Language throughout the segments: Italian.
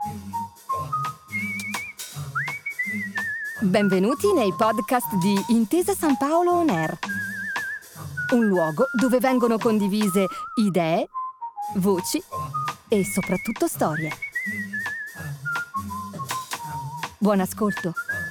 Benvenuti nei podcast di Intesa San Paolo On Air, un luogo dove vengono condivise idee, voci e soprattutto storie. Buon ascolto.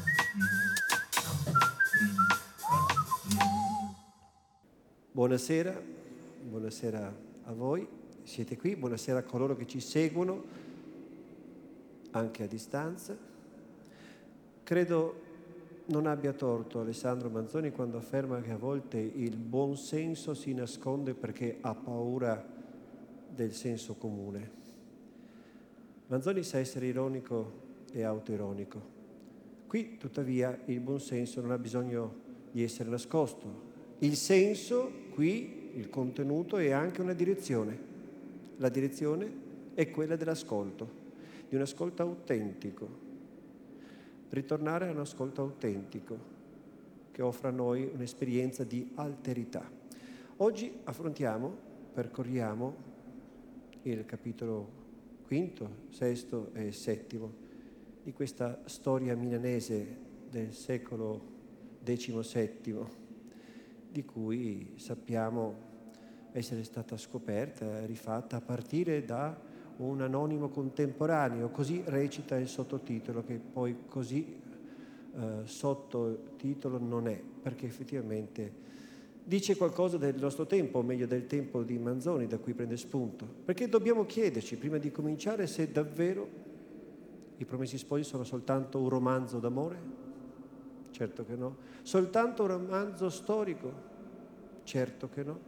Buonasera a voi, siete qui, buonasera a coloro che ci seguono anche a distanza. Credo non abbia torto Alessandro Manzoni quando afferma che a volte il buon senso si nasconde perché ha paura del senso comune. Manzoni sa essere ironico e autoironico. Qui, tuttavia, il buon senso non ha bisogno di essere nascosto. Il senso, qui, il contenuto, è anche una direzione. La direzione è quella dell'ascolto, di un ascolto autentico. Ritornare a un ascolto autentico che offra a noi un'esperienza di alterità. Oggi percorriamo il capitolo quinto, sesto e settimo di questa storia milanese del secolo XVII, di cui sappiamo essere stata scoperta e rifatta a partire da un anonimo contemporaneo, così recita il sottotitolo, che poi così sottotitolo non è, perché effettivamente dice qualcosa del nostro tempo, o meglio del tempo di Manzoni, da cui prende spunto. Perché dobbiamo chiederci, prima di cominciare, se davvero I Promessi Sposi sono soltanto un romanzo d'amore? Certo che no. Soltanto un romanzo storico? Certo che no.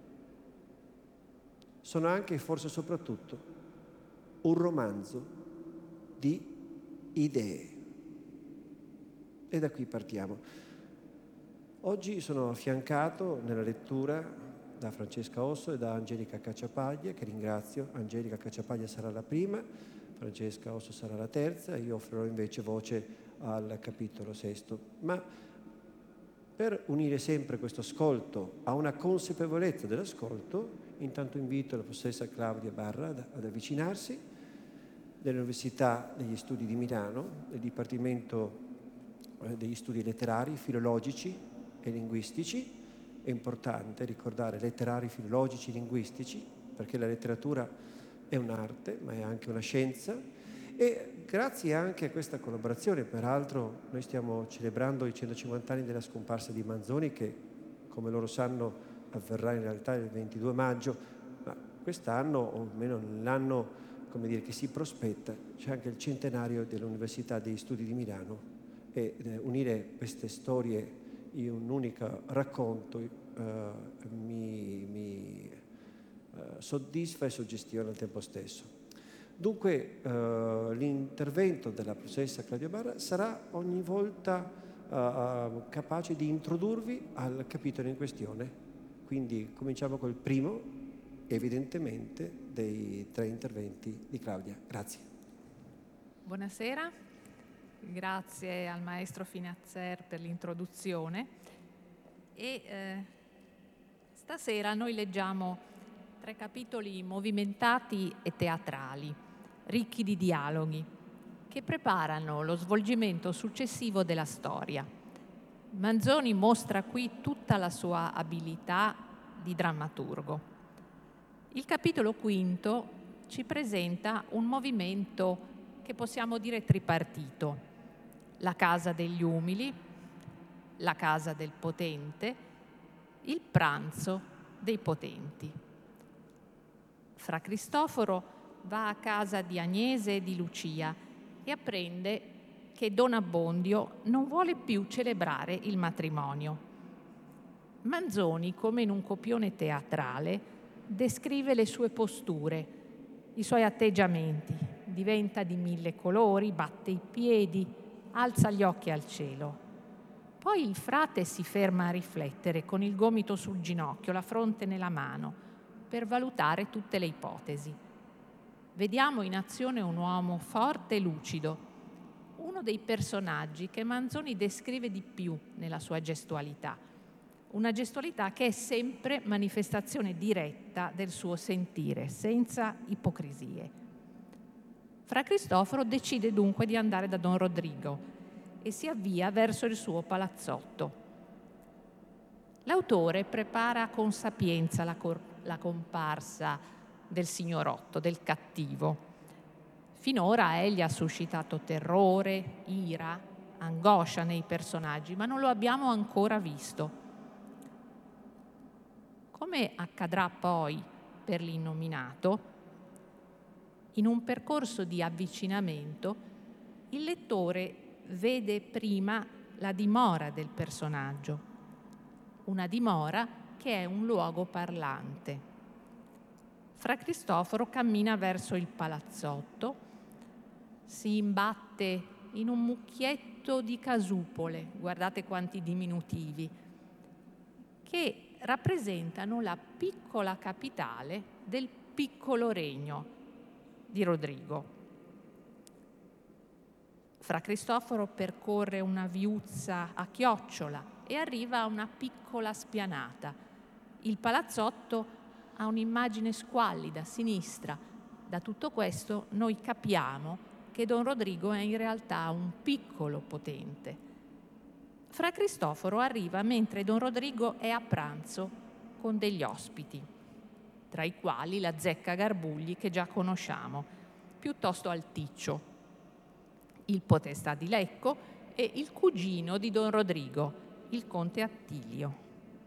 Sono anche e forse soprattutto un romanzo di idee. E da qui partiamo. Oggi sono affiancato nella lettura da Francesca Osso e da Angelica Cacciapaglia, che ringrazio. Angelica Cacciapaglia sarà la prima, Francesca Osso sarà la terza, io offrirò invece voce al capitolo sesto. Ma per unire sempre questo ascolto a una consapevolezza dell'ascolto, intanto invito la professoressa Claudia Barra ad avvicinarsi, dell'Università degli Studi di Milano, del Dipartimento degli Studi Letterari, Filologici e Linguistici. È importante ricordare letterari, filologici, linguistici, perché la letteratura è un'arte, ma è anche una scienza. E grazie anche a questa collaborazione, peraltro, noi stiamo celebrando i 150 anni della scomparsa di Manzoni, che, come loro sanno, avverrà in realtà il 22 maggio, ma quest'anno, o almeno nell'anno che si prospetta, c'è anche il centenario dell'Università degli Studi di Milano, e unire queste storie in un unico racconto mi soddisfa e suggestiva al tempo stesso. Dunque l'intervento della professoressa Claudia Barra sarà ogni volta capace di introdurvi al capitolo in questione. Quindi cominciamo col primo, evidentemente, dei tre interventi di Claudia. Grazie. Buonasera, grazie al maestro Finazzer per l'introduzione. Stasera noi leggiamo 3 capitoli movimentati e teatrali, ricchi di dialoghi, che preparano lo svolgimento successivo della storia. Manzoni mostra qui tutta la sua abilità di drammaturgo. Il capitolo quinto ci presenta un movimento che possiamo dire tripartito: la casa degli umili, la casa del potente, il pranzo dei potenti. Fra Cristoforo va a casa di Agnese e di Lucia e apprende che Don Abbondio non vuole più celebrare il matrimonio. Manzoni, come in un copione teatrale, descrive le sue posture, i suoi atteggiamenti, diventa di 1000 colori, batte i piedi, alza gli occhi al cielo. Poi il frate si ferma a riflettere con il gomito sul ginocchio, la fronte nella mano, per valutare tutte le ipotesi. Vediamo in azione un uomo forte e lucido, uno dei personaggi che Manzoni descrive di più nella sua gestualità. Una gestualità che è sempre manifestazione diretta del suo sentire, senza ipocrisie. Fra Cristoforo decide dunque di andare da Don Rodrigo e si avvia verso il suo palazzotto. L'autore prepara con sapienza la comparsa del signorotto, del cattivo. Finora egli ha suscitato terrore, ira, angoscia nei personaggi, ma non lo abbiamo ancora visto. Come accadrà poi per l'innominato, in un percorso di avvicinamento, il lettore vede prima la dimora del personaggio, una dimora che è un luogo parlante. Fra Cristoforo cammina verso il palazzotto, si imbatte in un mucchietto di casupole, guardate quanti diminutivi, che rappresentano la piccola capitale del piccolo regno di Rodrigo. Fra Cristoforo percorre una viuzza a chiocciola e arriva a una piccola spianata. Il palazzotto ha un'immagine squallida a sinistra. Da tutto questo noi capiamo che Don Rodrigo è in realtà un piccolo potente. Fra Cristoforo arriva mentre Don Rodrigo è a pranzo con degli ospiti, tra i quali la zecca Garbugli che già conosciamo, piuttosto alticcio, il potestà di Lecco e il cugino di Don Rodrigo, il conte Attilio.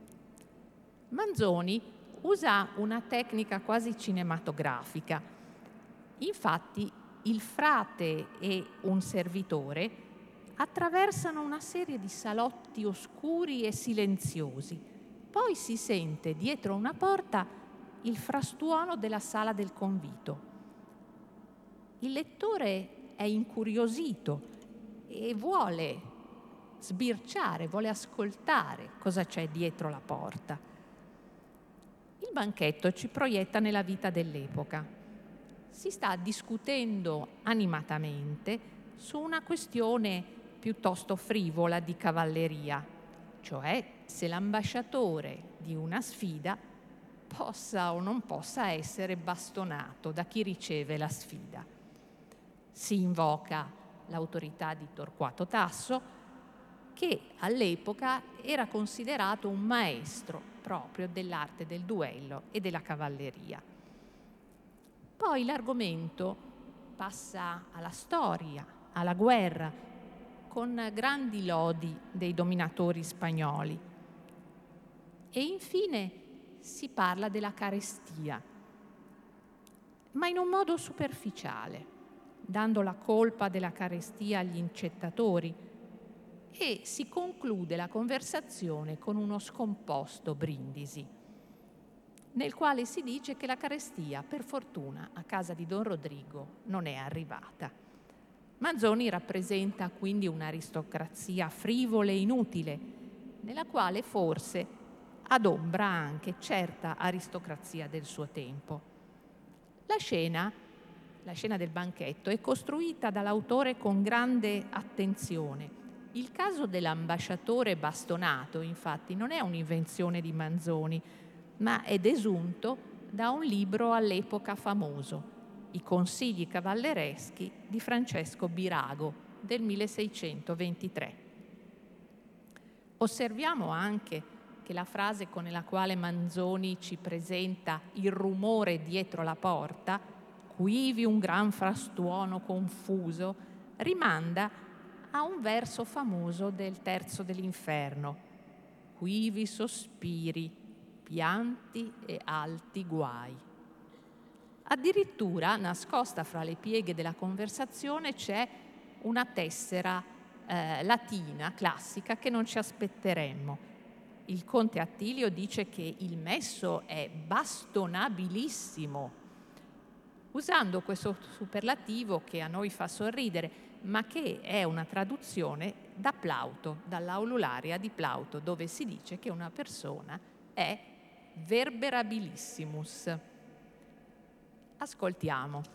Manzoni usa una tecnica quasi cinematografica. Infatti il frate e un servitore attraversano una serie di salotti oscuri e silenziosi. Poi si sente dietro una porta il frastuono della sala del convito. Il lettore è incuriosito e vuole sbirciare, vuole ascoltare cosa c'è dietro la porta. Il banchetto ci proietta nella vita dell'epoca. Si sta discutendo animatamente su una questione piuttosto frivola di cavalleria, cioè se l'ambasciatore di una sfida possa o non possa essere bastonato da chi riceve la sfida. Si invoca l'autorità di Torquato Tasso, che all'epoca era considerato un maestro proprio dell'arte del duello e della cavalleria. Poi l'argomento passa alla storia, alla guerra, con grandi lodi dei dominatori spagnoli. E infine si parla della carestia, ma in un modo superficiale, dando la colpa della carestia agli incettatori, e si conclude la conversazione con uno scomposto brindisi, nel quale si dice che la carestia, per fortuna, a casa di Don Rodrigo non è arrivata. Manzoni rappresenta quindi un'aristocrazia frivola e inutile, nella quale forse adombra anche certa aristocrazia del suo tempo. La scena del banchetto è costruita dall'autore con grande attenzione. Il caso dell'ambasciatore bastonato, infatti, non è un'invenzione di Manzoni, ma è desunto da un libro all'epoca famoso, I consigli cavallereschi di Francesco Birago del 1623. Osserviamo anche che la frase con la quale Manzoni ci presenta il rumore dietro la porta, quivi un gran frastuono confuso, rimanda a un verso famoso del Terzo dell'Inferno, quivi sospiri, pianti e alti guai. Addirittura, nascosta fra le pieghe della conversazione, c'è una tessera latina classica che non ci aspetteremmo. Il conte Attilio dice che il messo è bastonabilissimo, usando questo superlativo che a noi fa sorridere, ma che è una traduzione da Plauto, dall'Aulularia di Plauto, dove si dice che una persona è verberabilissimus. Ascoltiamo.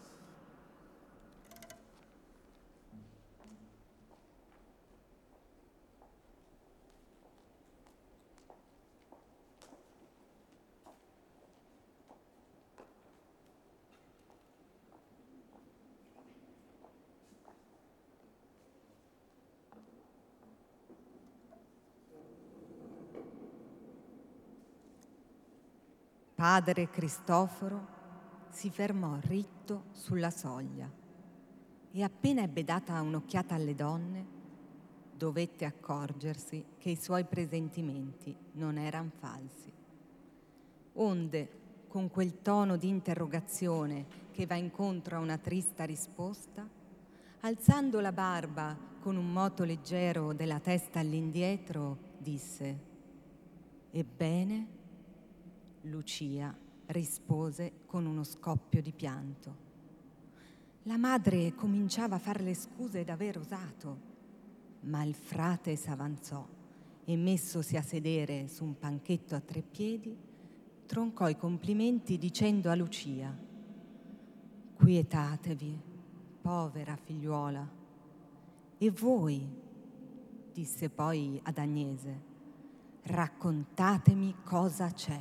Padre Cristoforo si fermò ritto sulla soglia e appena ebbe data un'occhiata alle donne, dovette accorgersi che i suoi presentimenti non eran falsi. Onde, con quel tono di interrogazione che va incontro a una trista risposta, alzando la barba con un moto leggero della testa all'indietro, disse: «Ebbene?» Lucia rispose con uno scoppio di pianto. La madre cominciava a far le scuse d'aver osato, ma il frate s'avanzò e, messosi a sedere su un panchetto a 3 piedi, troncò i complimenti dicendo a Lucia: «Quietatevi, povera figliuola. E voi?» disse poi ad Agnese: «Raccontatemi cosa c'è».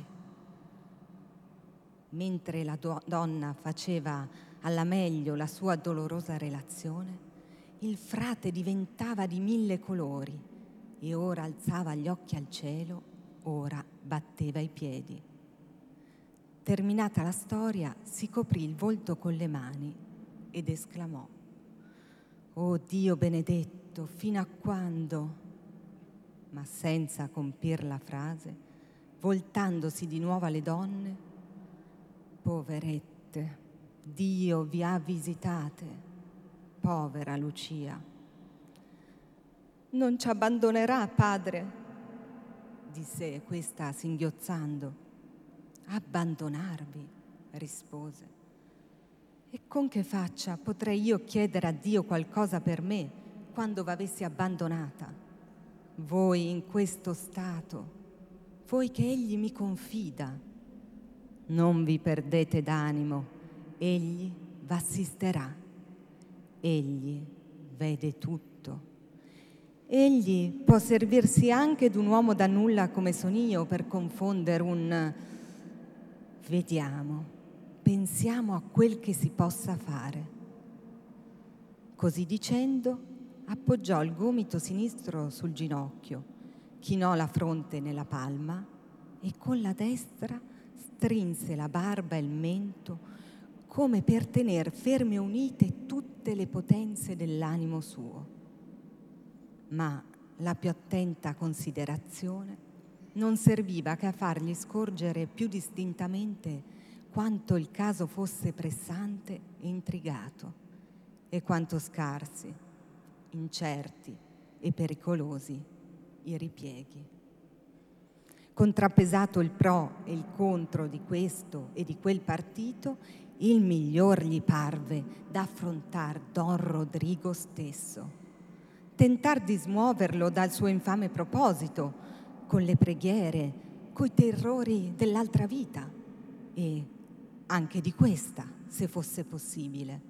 Mentre la donna faceva alla meglio la sua dolorosa relazione, il frate diventava di 1000 colori e ora alzava gli occhi al cielo, ora batteva i piedi. Terminata la storia, si coprì il volto con le mani ed esclamò: «Oh Dio benedetto, fino a quando?» Ma senza compir la frase, voltandosi di nuovo alle donne: «Poverette, Dio vi ha visitate, povera Lucia». «Non ci abbandonerà, padre?» disse questa singhiozzando. «Abbandonarvi?» rispose. «E con che faccia potrei io chiedere a Dio qualcosa per me quando v'avessi abbandonata? Voi in questo stato, voi che Egli mi confida. Non vi perdete d'animo, Egli v'assisterà. Egli vede tutto. Egli può servirsi anche d'un uomo da nulla come son io per confondere un... Vediamo, pensiamo a quel che si possa fare». Così dicendo, appoggiò il gomito sinistro sul ginocchio, chinò la fronte nella palma e con la destra strinse la barba e il mento come per tener ferme unite tutte le potenze dell'animo suo. Ma la più attenta considerazione non serviva che a fargli scorgere più distintamente quanto il caso fosse pressante e intrigato e quanto scarsi, incerti e pericolosi i ripieghi. Contrappesato il pro e il contro di questo e di quel partito, il miglior gli parve d'affrontar Don Rodrigo stesso, tentar di smuoverlo dal suo infame proposito con le preghiere, coi terrori dell'altra vita e anche di questa, se fosse possibile.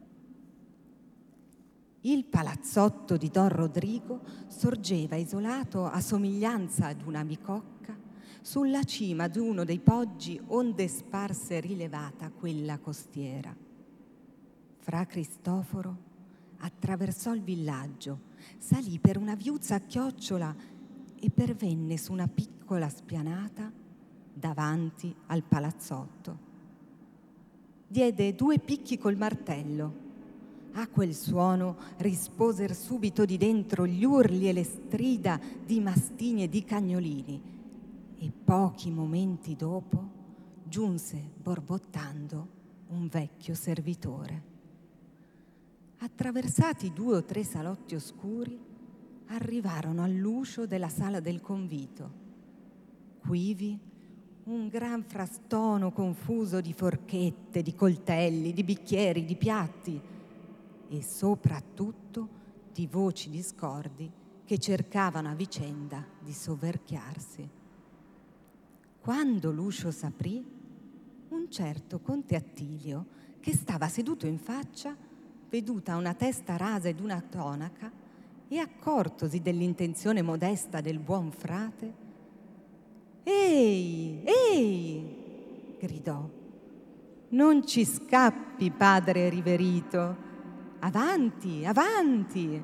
Il palazzotto di Don Rodrigo sorgeva isolato a somiglianza ad una bicocca sulla cima di uno dei poggi onde sparse rilevata quella costiera. Fra Cristoforo attraversò il villaggio, salì per una viuzza a chiocciola e pervenne su una piccola spianata davanti al palazzotto. Diede 2 picchi col martello. A quel suono risposer subito di dentro gli urli e le strida di mastini e di cagnolini, e pochi momenti dopo giunse borbottando un vecchio servitore. Attraversati 2 o 3 salotti oscuri, arrivarono all'uscio della sala del convito. Quivi un gran frastono confuso di forchette, di coltelli, di bicchieri, di piatti e soprattutto di voci discordi che cercavano a vicenda di soverchiarsi. Quando l'uscio s'aprì, un certo conte Attilio, che stava seduto in faccia, veduta una testa rasa ed una tonaca, e accortosi dell'intenzione modesta del buon frate: «Ehi, ehi!» gridò. «Non ci scappi, padre riverito! Avanti, avanti!»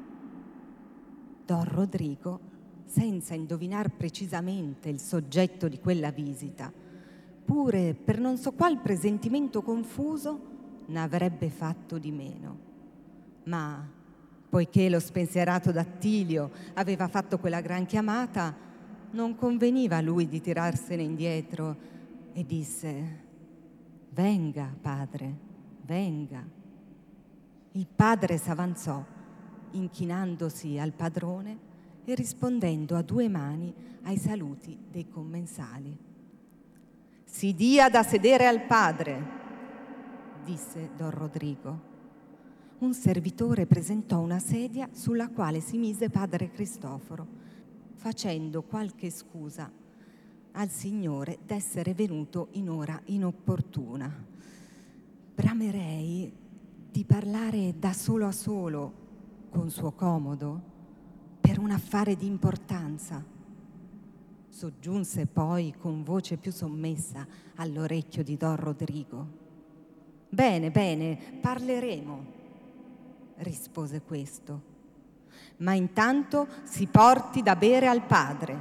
Don Rodrigo, senza indovinar precisamente il soggetto di quella visita, eppure per non so qual presentimento confuso n'avrebbe fatto di meno. Ma poiché lo spensierato Dattilio aveva fatto quella gran chiamata, non conveniva a lui di tirarsene indietro e disse: «Venga, padre, venga». Il padre s'avanzò, inchinandosi al padrone e rispondendo a due mani ai saluti dei commensali. «Si dia da sedere al padre», disse Don Rodrigo. Un servitore presentò una sedia sulla quale si mise padre Cristoforo, facendo qualche scusa al Signore d'essere venuto in ora inopportuna. Bramerei di parlare da solo a solo, con suo comodo, per un affare di importanza. Soggiunse poi con voce più sommessa all'orecchio di Don Rodrigo. «Bene, bene, parleremo», rispose questo, «ma intanto si porti da bere al padre».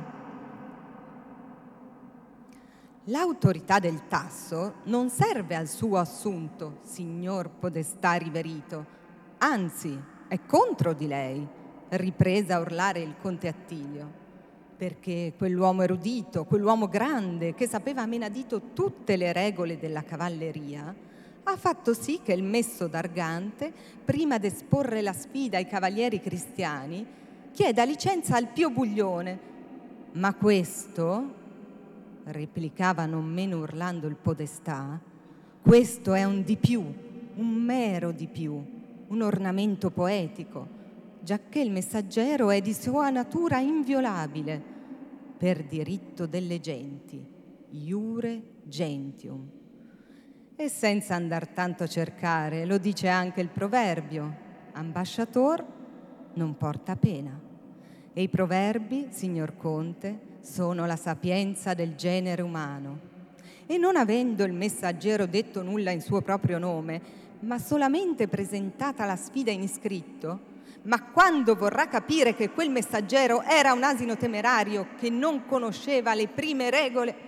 «L'autorità del tasso non serve al suo assunto, signor podestà riverito, anzi è contro di lei», riprese a urlare il conte Attilio, «perché quell'uomo erudito, quell'uomo grande che sapeva a menadito tutte le regole della cavalleria, ha fatto sì che il messo d'Argante, prima d'esporre la sfida ai cavalieri cristiani, chieda licenza al Pio Buglione. Ma questo», replicava non meno urlando il podestà, «questo è un di più, un mero di più, un ornamento poetico, giacché il messaggero è di sua natura inviolabile, per diritto delle genti, iure gentium». E senza andar tanto a cercare, lo dice anche il proverbio: ambasciator non porta pena. E i proverbi, signor Conte, sono la sapienza del genere umano. E non avendo il messaggero detto nulla in suo proprio nome, ma solamente presentata la sfida in iscritto, ma quando vorrà capire che quel messaggero era un asino temerario che non conosceva le prime regole,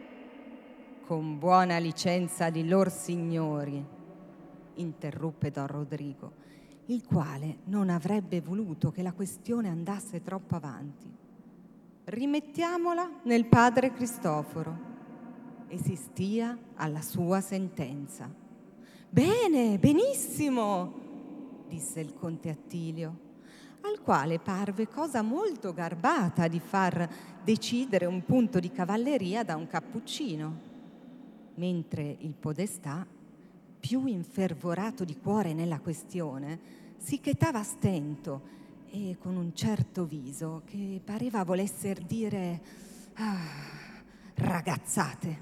«Con buona licenza di lor signori», interruppe Don Rodrigo, il quale non avrebbe voluto che la questione andasse troppo avanti. «Rimettiamola nel padre Cristoforo e si stia alla sua sentenza». «Bene, benissimo», disse il conte Attilio, al quale parve cosa molto garbata di far decidere un punto di cavalleria da un cappuccino, mentre il podestà, più infervorato di cuore nella questione, si chetava a stento e con un certo viso che pareva volesser dire ragazzate.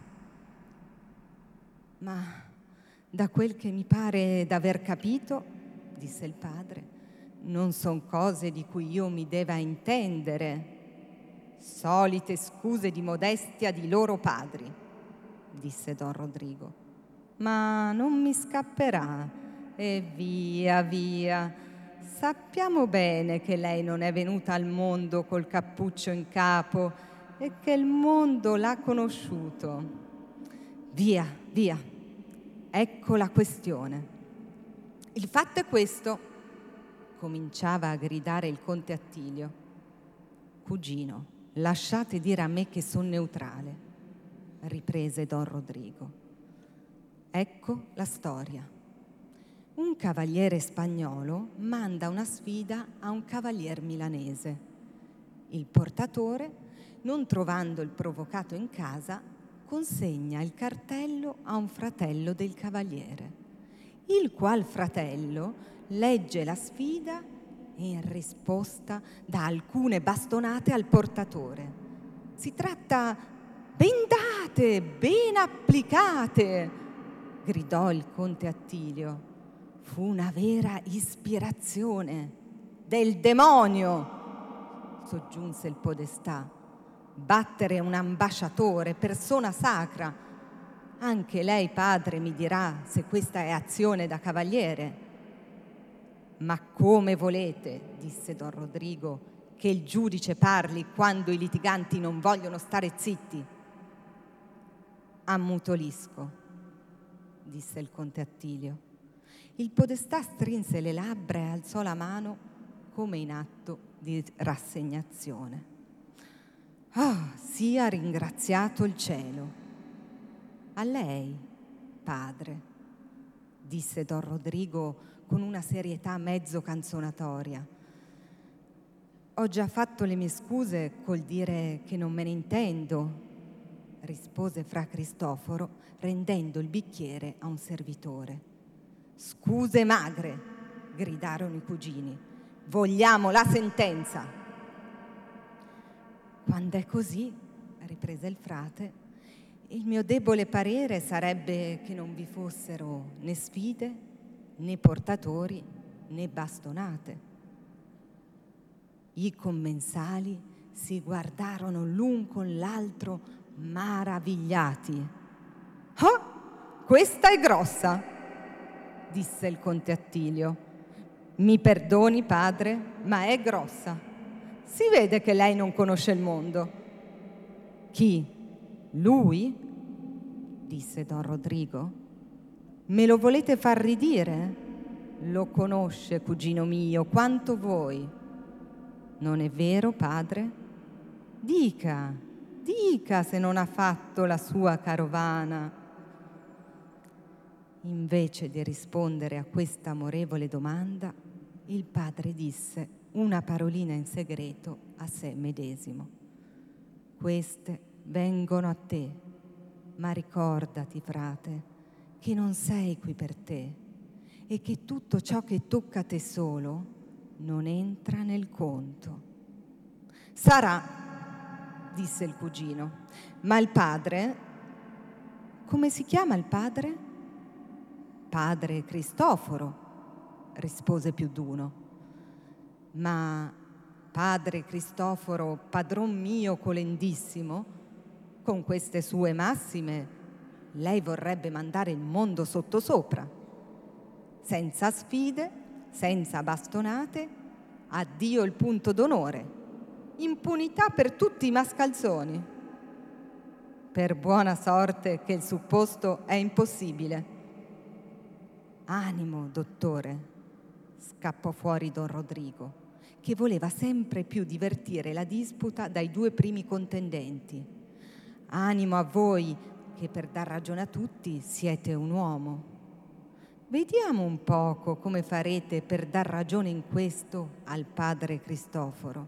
«Ma da quel che mi pare d'aver capito», disse il padre, «non son cose di cui io mi deva intendere. Solite scuse di modestia di loro padri», disse Don Rodrigo. «Ma non mi scapperà. E via, via. Sappiamo bene che lei non è venuta al mondo col cappuccio in capo e che il mondo l'ha conosciuto. Via, via. Ecco la questione. Il fatto è questo», cominciava a gridare il conte Attilio. «Cugino, lasciate dire a me che son neutrale», riprese Don Rodrigo. «Ecco la storia. Un cavaliere spagnolo manda una sfida a un cavalier milanese. Il portatore, non trovando il provocato in casa, consegna il cartello a un fratello del cavaliere, il qual fratello legge la sfida e in risposta dà alcune bastonate al portatore. Si tratta «Bendate, ben applicate!» gridò il conte Attilio. Fu una vera ispirazione. «Del demonio!» soggiunse il podestà. «Battere un ambasciatore, persona sacra. Anche lei, padre, mi dirà se questa è azione da cavaliere». «Ma come volete», disse Don Rodrigo, «che il giudice parli quando i litiganti non vogliono stare zitti?» Ammutolisco, disse il conte Attilio. Il podestà strinse le labbra e alzò la mano come in atto di rassegnazione. Sia ringraziato il cielo. A lei, padre, disse Don Rodrigo con una serietà mezzo canzonatoria. Ho già fatto le mie scuse col dire che non me ne intendo, rispose fra Cristoforo rendendo il bicchiere a un servitore. Scuse magre, gridarono i cugini. Vogliamo la sentenza. Quando è così, riprese il frate, il mio debole parere sarebbe che non vi fossero né sfide, né portatori, né bastonate. I commensali si guardarono l'un con l'altro maravigliati. Questa è grossa, disse il conte Attilio. Mi perdoni, padre, ma è grossa. Si vede che lei non conosce il mondo. Chi? Lui? Disse Don Rodrigo. Me lo volete far ridire? Lo conosce, cugino mio, quanto voi. Non è vero, padre? Dica se non ha fatto la sua carovana. Invece di rispondere a questa amorevole domanda, il padre disse una parolina in segreto a sé medesimo. Queste vengono a te, ma ricordati, frate, che non sei qui per te e che tutto ciò che tocca a te solo non entra nel conto. Sarà, disse il cugino, ma il padre, come si chiama il padre? Padre Cristoforo, rispose più d'uno. Ma padre Cristoforo, padron mio colendissimo, con queste sue massime lei vorrebbe mandare il mondo sottosopra, senza sfide, senza bastonate, addio il punto d'onore, impunità per tutti i mascalzoni. Per buona sorte che il supposto è impossibile. Animo, dottore, scappò fuori Don Rodrigo, che voleva sempre più divertire la disputa dai due primi contendenti. Animo a voi, che per dar ragione a tutti siete un uomo. Vediamo un poco come farete per dar ragione in questo al padre Cristoforo.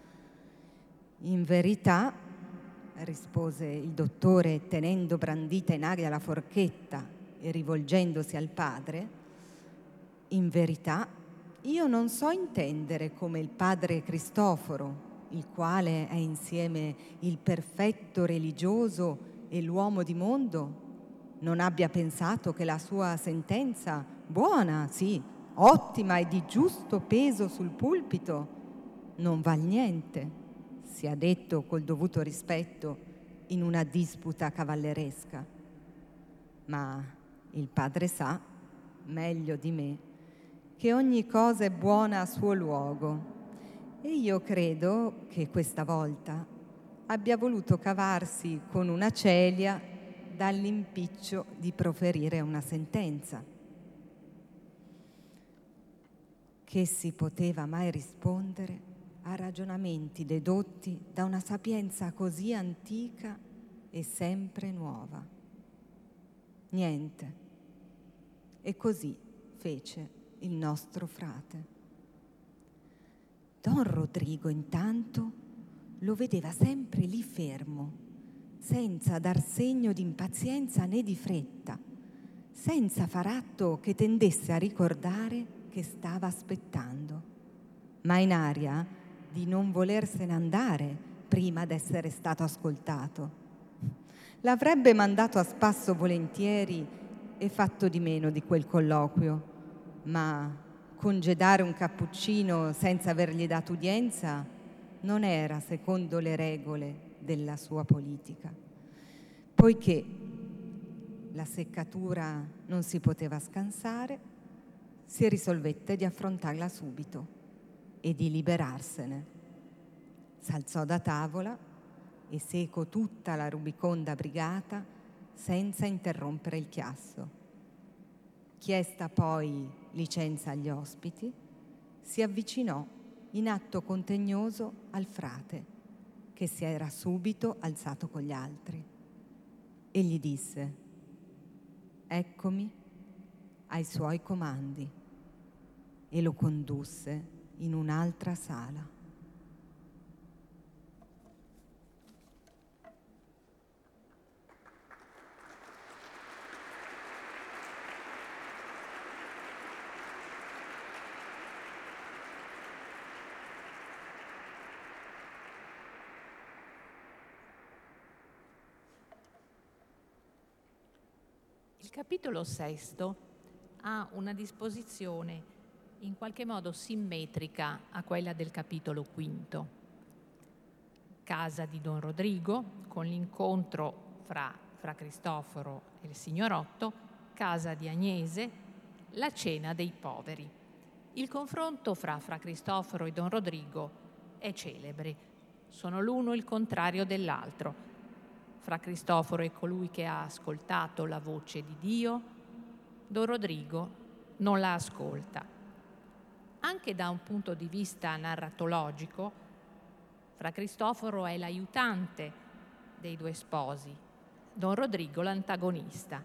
In verità, rispose il dottore tenendo brandita in aria la forchetta e rivolgendosi al padre, in verità io non so intendere come il padre Cristoforo, il quale è insieme il perfetto religioso e l'uomo di mondo, non abbia pensato che la sua sentenza, buona, sì, ottima e di giusto peso sul pulpito, non val niente, sia detto col dovuto rispetto, in una disputa cavalleresca. Ma il padre sa, meglio di me, che ogni cosa è buona a suo luogo e io credo che questa volta abbia voluto cavarsi con una celia dall'impiccio di proferire una sentenza. Che si poteva mai rispondere a ragionamenti dedotti da una sapienza così antica e sempre nuova? Niente. E così fece il nostro frate. Don Rodrigo intanto lo vedeva sempre lì fermo, senza dar segno di impazienza né di fretta, senza far atto che tendesse a ricordare che stava aspettando, ma in aria di non volersene andare prima d'essere stato ascoltato. L'avrebbe mandato a spasso volentieri e fatto di meno di quel colloquio, ma congedare un cappuccino senza avergli dato udienza non era secondo le regole della sua politica. Poiché la seccatura non si poteva scansare, si risolvette di affrontarla subito e di liberarsene. S'alzò da tavola e seco tutta la rubiconda brigata senza interrompere il chiasso. Chiesta poi licenza agli ospiti, si avvicinò in atto contegnoso al frate, che si era subito alzato con gli altri, e gli disse: «Eccomi ai suoi comandi», e lo condusse in un'altra sala. Il capitolo sesto ha una disposizione in qualche modo simmetrica a quella del capitolo quinto. Casa di Don Rodrigo, con l'incontro fra Cristoforo e il signorotto, casa di Agnese, la cena dei poveri. Il confronto fra Cristoforo e Don Rodrigo è celebre. Sono l'uno il contrario dell'altro. Fra Cristoforo è colui che ha ascoltato la voce di Dio, Don Rodrigo non la ascolta. Anche da un punto di vista narratologico, Fra Cristoforo è l'aiutante dei due sposi, Don Rodrigo l'antagonista.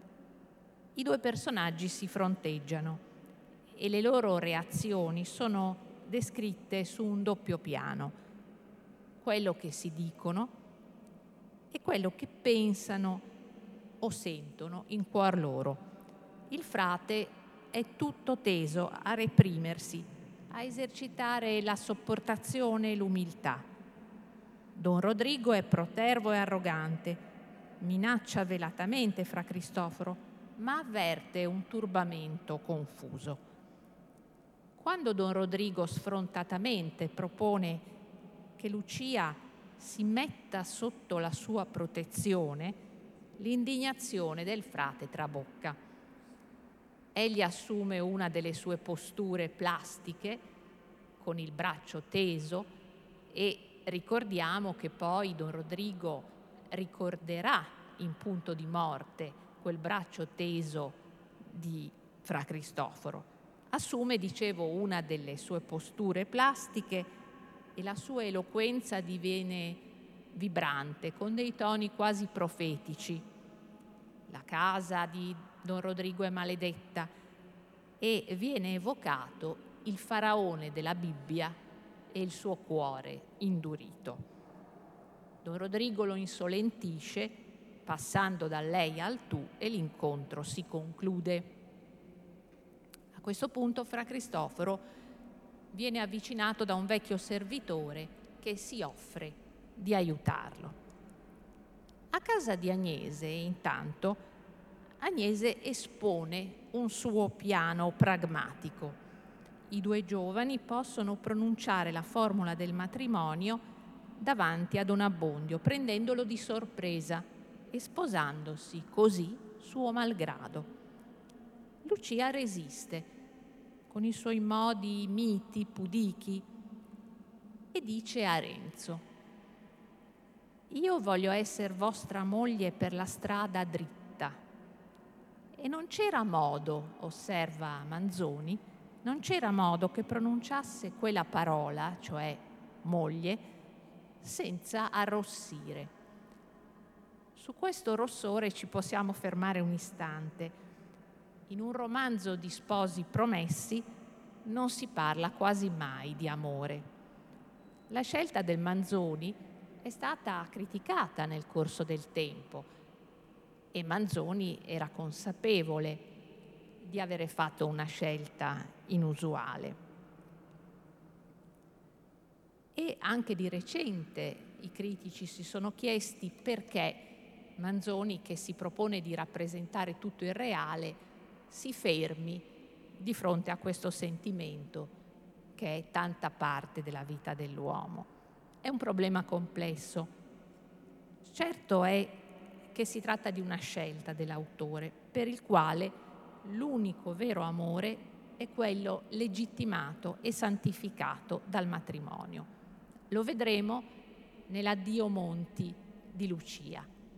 I due personaggi si fronteggiano e le loro reazioni sono descritte su un doppio piano: quello che si dicono e quello che pensano o sentono in cuor loro. Il frate è tutto teso a reprimersi, a esercitare la sopportazione e l'umiltà. Don Rodrigo è protervo e arrogante, minaccia velatamente Fra Cristoforo, ma avverte un turbamento confuso. Quando Don Rodrigo sfrontatamente propone che Lucia si metta sotto la sua protezione, l'indignazione del frate trabocca. Egli assume una delle sue posture plastiche, con il braccio teso, e ricordiamo che poi Don Rodrigo ricorderà in punto di morte quel braccio teso di Fra Cristoforo. Assume, dicevo, una delle sue posture plastiche e la sua eloquenza diviene vibrante, con dei toni quasi profetici. La casa di Don Rodrigo è maledetta e viene evocato il faraone della Bibbia e il suo cuore indurito. Don Rodrigo lo insolentisce, passando da lei al tu, e l'incontro si conclude. A questo punto Fra Cristoforo viene avvicinato da un vecchio servitore che si offre di aiutarlo. A casa di Agnese, intanto, Agnese espone un suo piano pragmatico. I due giovani possono pronunciare la formula del matrimonio davanti a Don Abbondio, prendendolo di sorpresa e sposandosi così suo malgrado. Lucia resiste con i suoi modi miti, pudichi, e dice a Renzo: «Io voglio essere vostra moglie per la strada dritta». E non c'era modo, osserva Manzoni, non c'era modo che pronunciasse quella parola, cioè moglie, senza arrossire. Su questo rossore ci possiamo fermare un istante. In un romanzo di sposi promessi non si parla quasi mai di amore. La scelta del Manzoni è stata criticata nel corso del tempo e Manzoni era consapevole di avere fatto una scelta inusuale. E anche di recente i critici si sono chiesti perché Manzoni, che si propone di rappresentare tutto il reale, si fermi di fronte a questo sentimento che è tanta parte della vita dell'uomo. È un problema complesso. Certo è che si tratta di una scelta dell'autore, per il quale l'unico vero amore è quello legittimato e santificato dal matrimonio. Lo vedremo nell'Addio Monti di Lucia.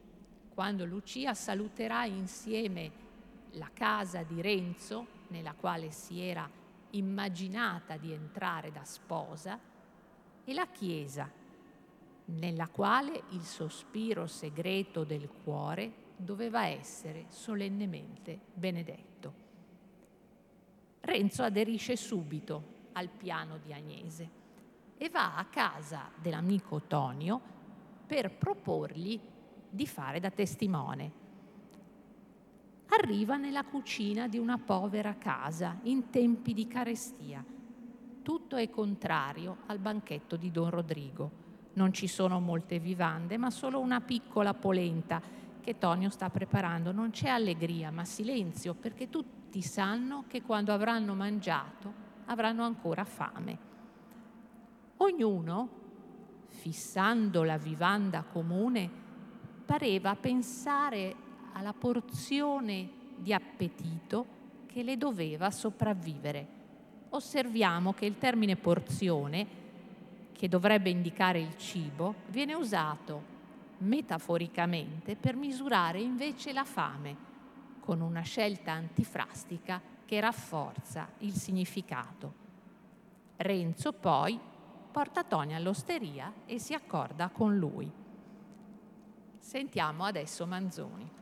quando Lucia saluterà insieme la casa di Renzo, nella quale si era immaginata di entrare da sposa, e la chiesa, nella quale il sospiro segreto del cuore doveva essere solennemente benedetto. Renzo aderisce subito al piano di Agnese e va a casa dell'amico Tonio per proporgli di fare da testimone. Arriva nella cucina di una povera casa in tempi di carestia. Tutto è contrario al banchetto di Don Rodrigo. Non ci sono molte vivande, ma solo una piccola polenta che Tonio sta preparando. Non c'è allegria, ma silenzio, perché tutti sanno che quando avranno mangiato avranno ancora fame. Ognuno, fissando la vivanda comune, pareva pensare alla porzione di appetito che le doveva sopravvivere. Osserviamo che il termine porzione, che dovrebbe indicare il cibo, viene usato metaforicamente per misurare invece la fame, con una scelta antifrastica che rafforza il significato. Renzo poi porta Tonio all'osteria e si accorda con lui. Sentiamo adesso Manzoni.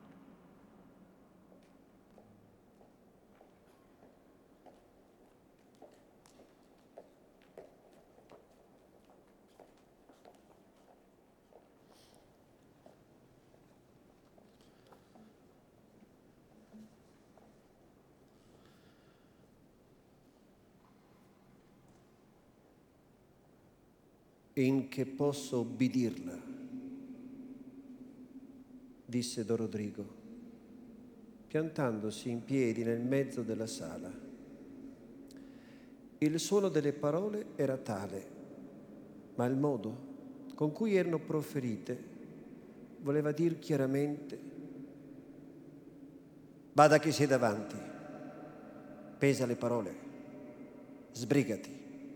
In che posso ubbidirla? Disse Don Rodrigo, piantandosi in piedi nel mezzo della sala. Il suono delle parole era tale, ma il modo con cui erano proferite voleva dir chiaramente: bada chi sei davanti, pesa le parole, sbrigati.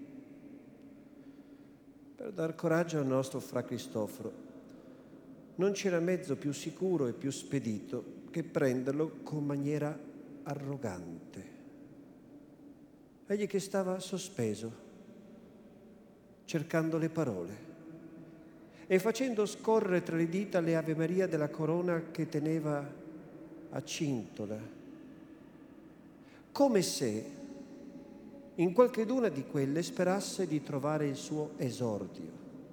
Per dar coraggio al nostro Fra Cristoforo non c'era mezzo più sicuro e più spedito che prenderlo con maniera arrogante. Egli che stava sospeso, cercando le parole e facendo scorrere tra le dita le Ave Maria della corona che teneva a cintola, come se in qualcheduna di quelle sperasse di trovare il suo esordio.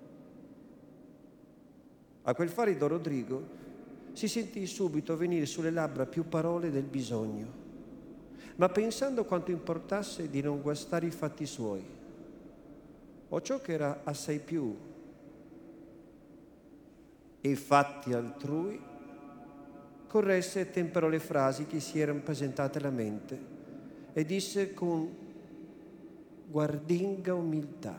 A quel fare Don Rodrigo si sentì subito venire sulle labbra più parole del bisogno, ma pensando quanto importasse di non guastare i fatti suoi, o ciò che era assai più, i fatti altrui, corresse e temperò le frasi che si erano presentate alla mente e disse con guardinga umiltà: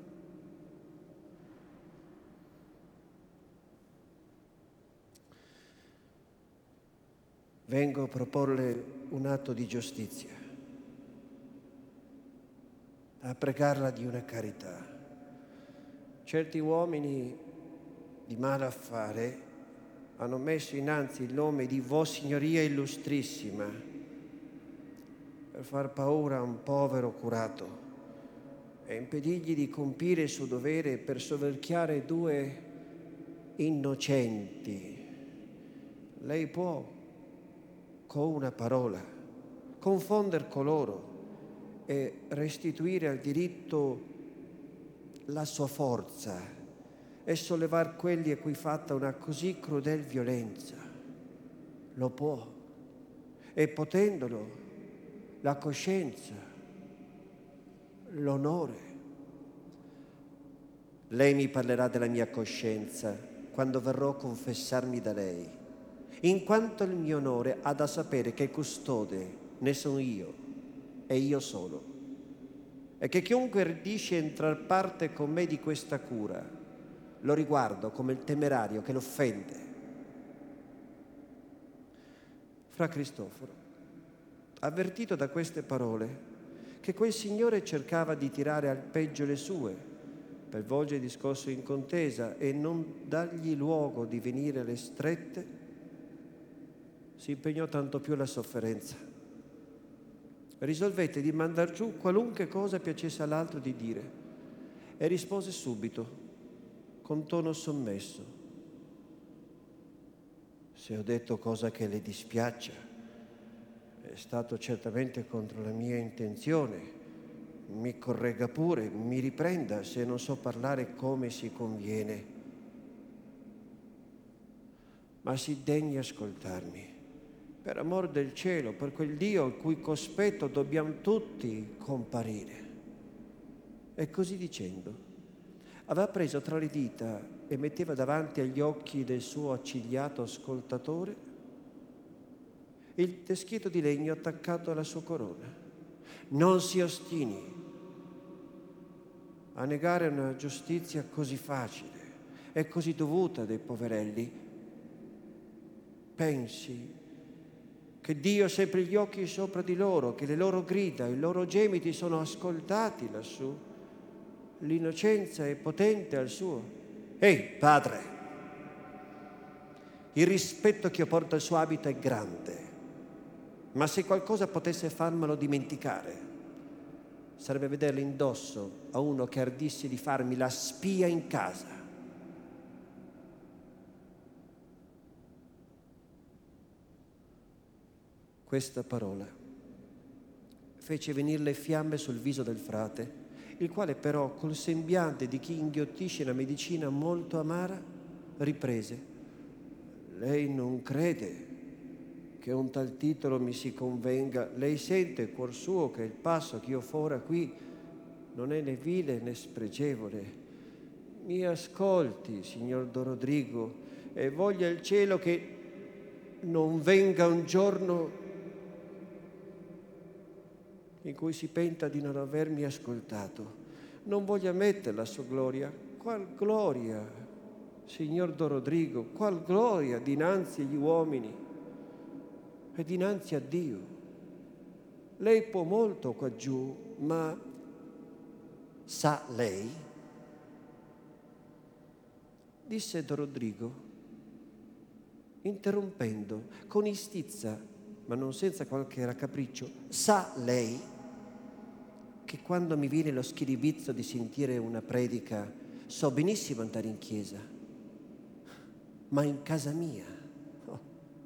vengo a proporle un atto di giustizia, a pregarla di una carità. Certi uomini di male affare hanno messo innanzi il nome di Vossignoria Illustrissima per far paura a un povero curato e impedirgli di compire il suo dovere per soverchiare due innocenti. Lei può, con una parola, confonder coloro e restituire al diritto la sua forza e sollevar quelli a cui fatta una così crudel violenza. Lo può, e potendolo, la coscienza, l'onore. Lei mi parlerà della mia coscienza quando verrò a confessarmi da lei, in quanto il mio onore ha da sapere che custode ne sono io e io solo, e che chiunque ardisce entrar parte con me di questa cura lo riguardo come il temerario che l'offende. Fra Cristoforo, avvertito da queste parole, che quel signore cercava di tirare al peggio le sue, per volgere il discorso in contesa e non dargli luogo di venire alle strette, si impegnò tanto più alla sofferenza. Risolvette di mandar giù qualunque cosa piacesse all'altro di dire e rispose subito, con tono sommesso: se ho detto cosa che le dispiaccia, è stato certamente contro la mia intenzione. Mi corregga pure, mi riprenda se non so parlare come si conviene. Ma si degni ascoltarmi. Per amor del cielo, per quel Dio al cui cospetto dobbiamo tutti comparire. E così dicendo, aveva preso tra le dita e metteva davanti agli occhi del suo accigliato ascoltatore il teschietto di legno attaccato alla sua corona. Non si ostini a negare una giustizia così facile e così dovuta dei poverelli. Pensi che Dio ha sempre gli occhi sopra di loro, che le loro grida, i loro gemiti sono ascoltati lassù. L'innocenza è potente al suo. Ehi, padre, il rispetto che io porto al suo abito è grande, ma se qualcosa potesse farmelo dimenticare, sarebbe vederlo indosso a uno che ardisse di farmi la spia in casa. Questa parola fece venire le fiamme sul viso del frate, il quale però, col sembiante di chi inghiottisce una medicina molto amara, riprese: lei non crede che un tal titolo mi si convenga? Lei sente, cuor suo, che il passo che io fora qui non è né vile né spregevole. Mi ascolti, signor Don Rodrigo, e voglia il cielo che non venga un giorno in cui si penta di non avermi ascoltato. Non voglia mettere la sua gloria. Qual gloria, signor Don Rodrigo, qual gloria dinanzi agli uomini e dinanzi a Dio. Lei può molto qua giù, ma sa lei? Disse Don Rodrigo, interrompendo con istizza, ma non senza qualche raccapriccio: sa lei che quando mi viene lo schiribizzo di sentire una predica so benissimo andare in chiesa, ma in casa mia? Oh.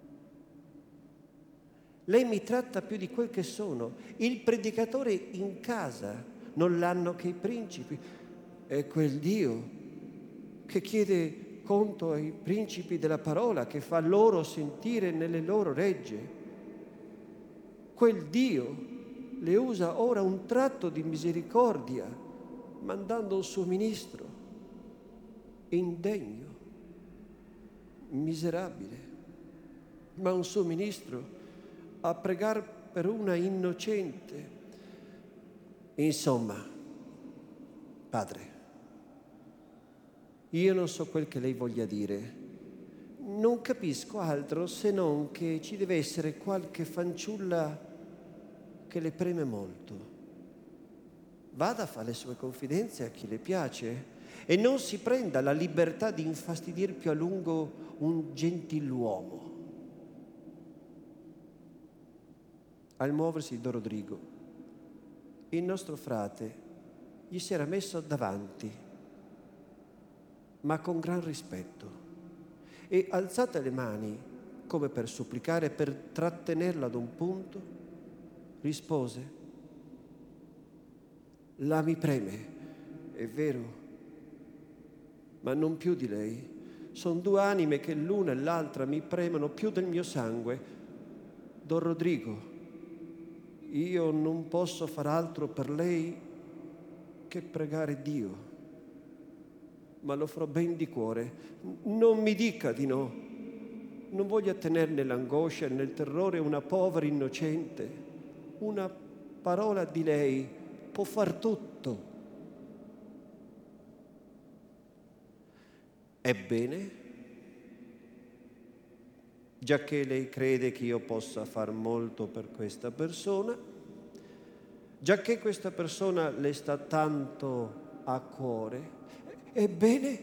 Lei mi tratta più di quel che sono. Il predicatore in casa non l'hanno che i principi. È quel Dio che chiede conto ai principi della parola, che fa loro sentire nelle loro regge. Quel Dio le usa ora un tratto di misericordia, mandando un suo ministro indegno, miserabile, ma un suo ministro a pregar per una innocente. Insomma, padre, io non so quel che lei voglia dire. Non capisco altro se non che ci deve essere qualche fanciulla che le preme molto. Vada a fare le sue confidenze a chi le piace e non si prenda la libertà di infastidir più a lungo un gentiluomo. Al muoversi Don Rodrigo, il nostro frate gli si era messo davanti, ma con gran rispetto, e alzate le mani come per supplicare, per trattenerla ad un punto, rispose: la mi preme, è vero, ma non più di lei. Sono due anime che l'una e l'altra mi premono più del mio sangue. Don Rodrigo, io non posso far altro per lei che pregare Dio, ma lo farò ben di cuore. Non mi dica di no. Non voglio tenere nell'angoscia e nel terrore una povera innocente. Una parola di lei può far tutto. Ebbene, giacché lei crede che io possa far molto per questa persona, giacché questa persona le sta tanto a cuore? Ebbene,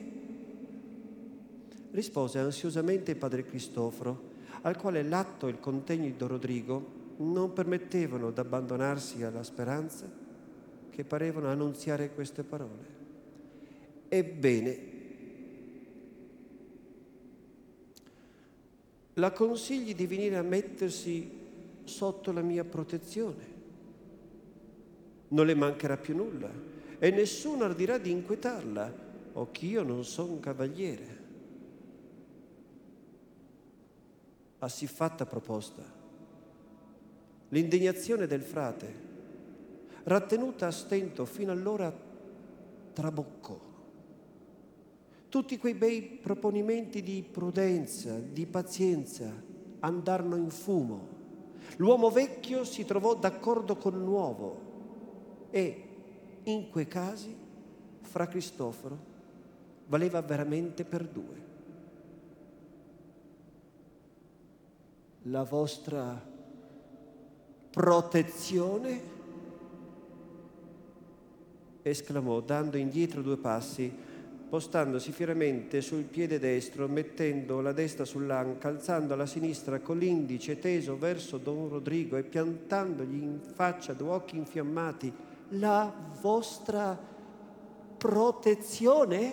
rispose ansiosamente il padre Cristoforo, al quale l'atto e il contegno di Don Rodrigo non permettevano d'abbandonarsi alla speranza che parevano annunziare queste parole. Ebbene, la consigli di venire a mettersi sotto la mia protezione. Non le mancherà più nulla e nessuno ardirà di inquietarla, o ch'io non son un cavaliere. A siffatta proposta, l'indignazione del frate, rattenuta a stento fino allora, traboccò. Tutti quei bei proponimenti di prudenza, di pazienza, andarono in fumo. L'uomo vecchio si trovò d'accordo col nuovo e, in quei casi, fra Cristoforo valeva veramente per due. La vostra protezione? Esclamò, dando indietro 2 passi, postandosi fieramente sul piede destro, mettendo la destra sull'anca, alzando la sinistra con l'indice teso verso Don Rodrigo e piantandogli in faccia 2 occhi infiammati. La vostra protezione?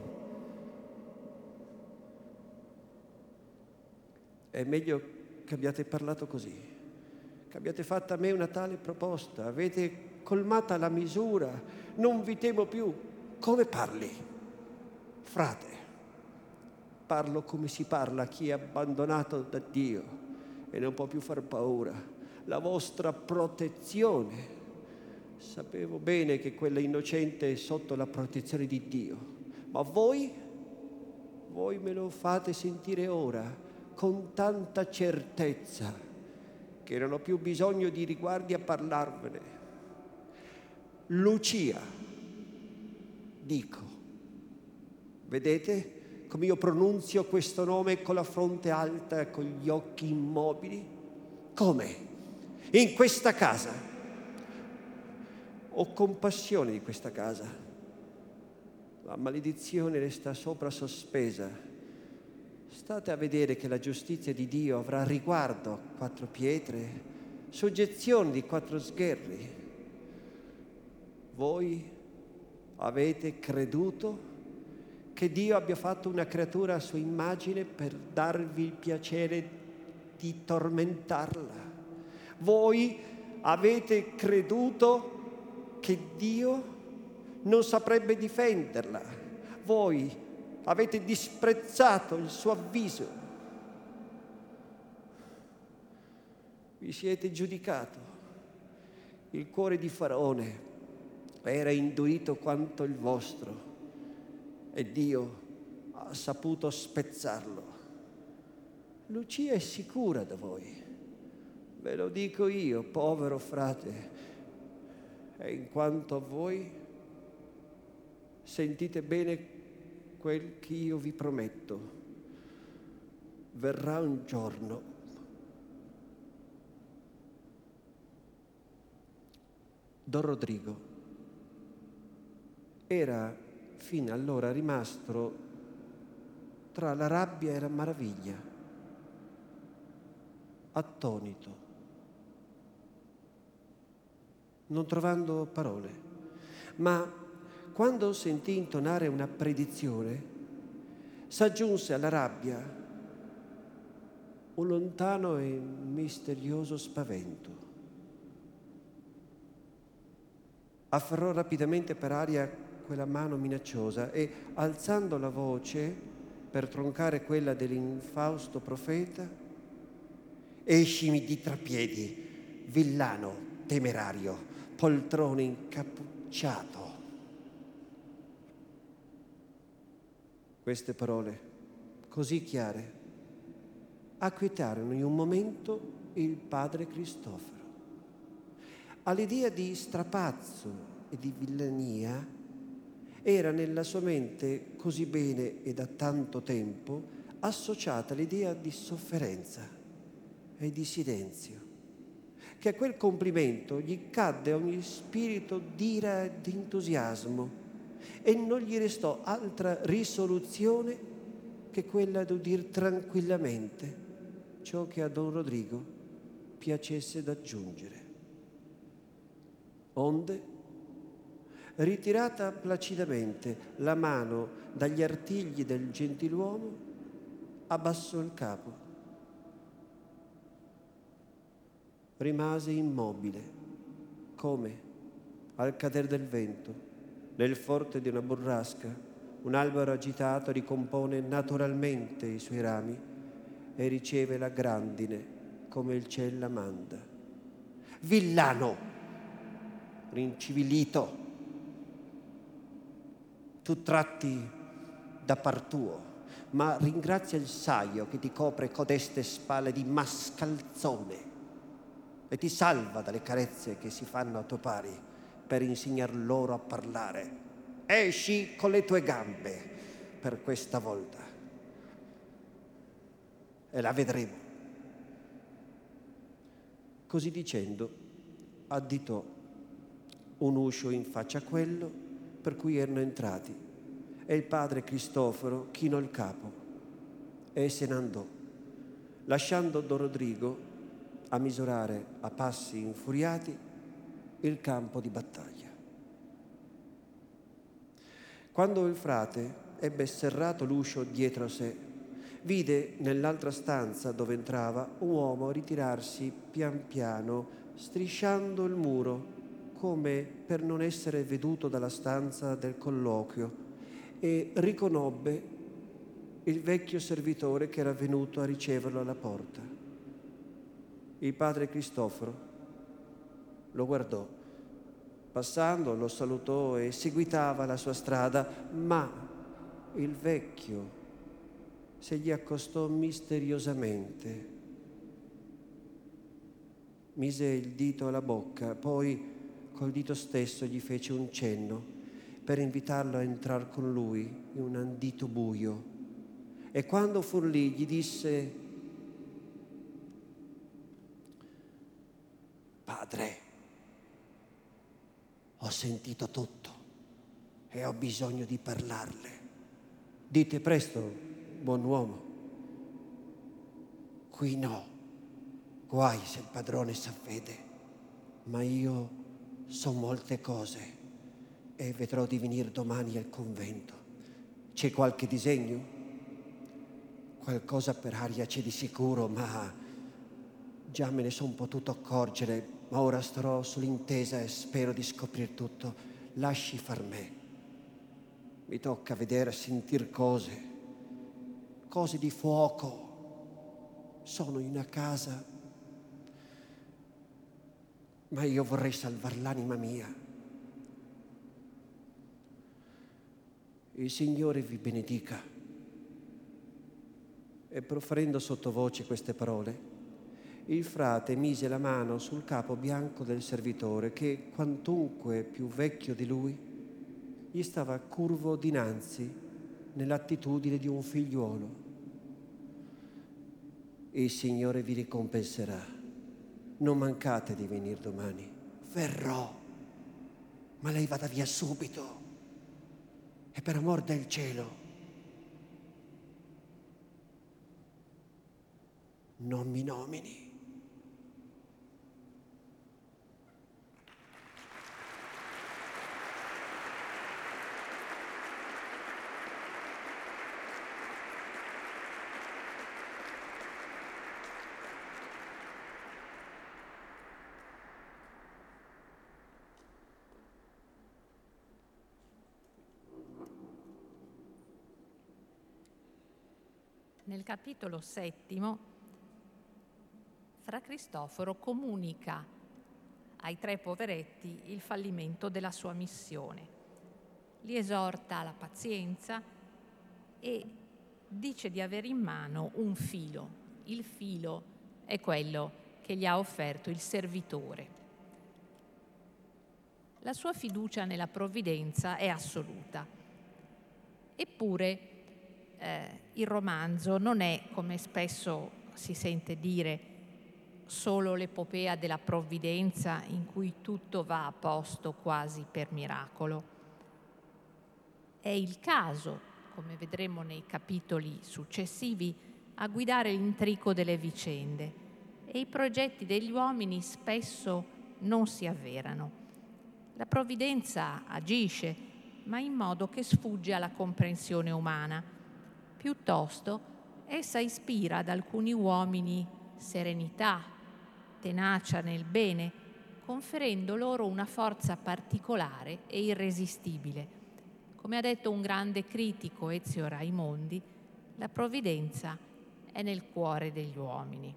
È meglio che abbiate parlato così, che abbiate fatto a me una tale proposta, avete colmata la misura, non vi temo più. Come parli? Frate, parlo come si parla a chi è abbandonato da Dio e non può più far paura. La vostra protezione. Sapevo bene che quella innocente è sotto la protezione di Dio, ma voi me lo fate sentire ora con tanta certezza che non ho più bisogno di riguardi a parlarvene. Lucia, dico, vedete come io pronunzio questo nome con la fronte alta e con gli occhi immobili? Come? In questa casa. Ho compassione di questa casa. La maledizione le sta sopra sospesa. State a vedere che la giustizia di Dio avrà riguardo a 4 pietre, soggezione di 4 sgherri. Voi avete creduto che Dio abbia fatto una creatura a sua immagine per darvi il piacere di tormentarla. Voi avete creduto che Dio non saprebbe difenderla. Voi avete disprezzato il suo avviso. Vi siete giudicato. Il cuore di Faraone era indurito quanto il vostro e Dio ha saputo spezzarlo. Lucia è sicura da voi. Ve lo dico io, povero frate. E in quanto a voi, sentite bene quel che io vi prometto. Verrà un giorno. Don Rodrigo era fino allora rimasto tra la rabbia e la meraviglia, attonito, non trovando parole. Ma quando sentì intonare una predizione, s'aggiunse alla rabbia un lontano e misterioso spavento. Afferrò rapidamente per aria quella mano minacciosa e, alzando la voce per troncare quella dell'infausto profeta, escimi di trapiedi, villano, temerario, poltrone incappucciato. Queste parole, così chiare, acquietarono in un momento il padre Cristoforo. All'idea di strapazzo e di villania era nella sua mente così bene e da tanto tempo associata l'idea di sofferenza e di silenzio, che a quel complimento gli cadde ogni spirito d'ira e di entusiasmo e non gli restò altra risoluzione che quella di udir tranquillamente ciò che a Don Rodrigo piacesse d'aggiungere. Onde, ritirata placidamente la mano dagli artigli del gentiluomo, abbassò il capo. Rimase immobile, come, al cader del vento, nel forte di una burrasca, un albero agitato ricompone naturalmente i suoi rami e riceve la grandine come il ciel la manda. Villano, rincivilito, tu tratti da par tuo, ma ringrazia il saio che ti copre codeste spalle di mascalzone e ti salva dalle carezze che si fanno a tuoi pari per insegnar loro a parlare. Esci con le tue gambe per questa volta e la vedremo. Così dicendo, additò un uscio in faccia a quello per cui erano entrati e il padre Cristoforo chinò il capo e se ne andò, lasciando Don Rodrigo a misurare a passi infuriati il campo di battaglia. Quando il frate ebbe serrato l'uscio dietro a sé, vide nell'altra stanza dove entrava un uomo ritirarsi pian piano, strisciando il muro come per non essere veduto dalla stanza del colloquio, e riconobbe il vecchio servitore che era venuto a riceverlo alla porta. Il padre Cristoforo lo guardò, passando lo salutò e seguitava la sua strada, ma il vecchio se gli accostò misteriosamente, mise il dito alla bocca, poi col dito stesso gli fece un cenno per invitarlo a entrar con lui in un andito buio, e quando fu lì gli disse: padre, ho sentito tutto e ho bisogno di parlarle. Dite presto, buon uomo. Qui no, guai se il padrone s'avvede, ma io so molte cose e vedrò di venir domani al convento. C'è qualche disegno? Qualcosa per aria c'è di sicuro, ma già me ne son potuto accorgere, ma ora starò sull'intesa e spero di scoprir tutto. Lasci far me. Mi tocca vedere e sentir cose di fuoco. Sono in una casa, ma io vorrei salvar l'anima mia. Il Signore vi benedica. E proferendo sottovoce queste parole, il frate mise la mano sul capo bianco del servitore che, quantunque più vecchio di lui, gli stava curvo dinanzi nell'attitudine di un figliuolo. Il Signore vi ricompenserà. Non mancate di venire domani. Verrò, ma lei vada via subito. E per amor del cielo, non mi nomini. Nel capitolo 7, Fra Cristoforo comunica ai 3 poveretti il fallimento della sua missione. Li esorta alla pazienza e dice di avere in mano un filo. Il filo è quello che gli ha offerto il servitore. La sua fiducia nella provvidenza è assoluta. Eppure il romanzo non è, come spesso si sente dire, solo l'epopea della provvidenza in cui tutto va a posto quasi per miracolo. È il caso, come vedremo nei capitoli successivi, a guidare l'intrico delle vicende, e i progetti degli uomini spesso non si avverano. La provvidenza agisce, ma in modo che sfugge alla comprensione umana. Piuttosto, essa ispira ad alcuni uomini serenità, tenacia nel bene, conferendo loro una forza particolare e irresistibile. Come ha detto un grande critico, Ezio Raimondi, la provvidenza è nel cuore degli uomini.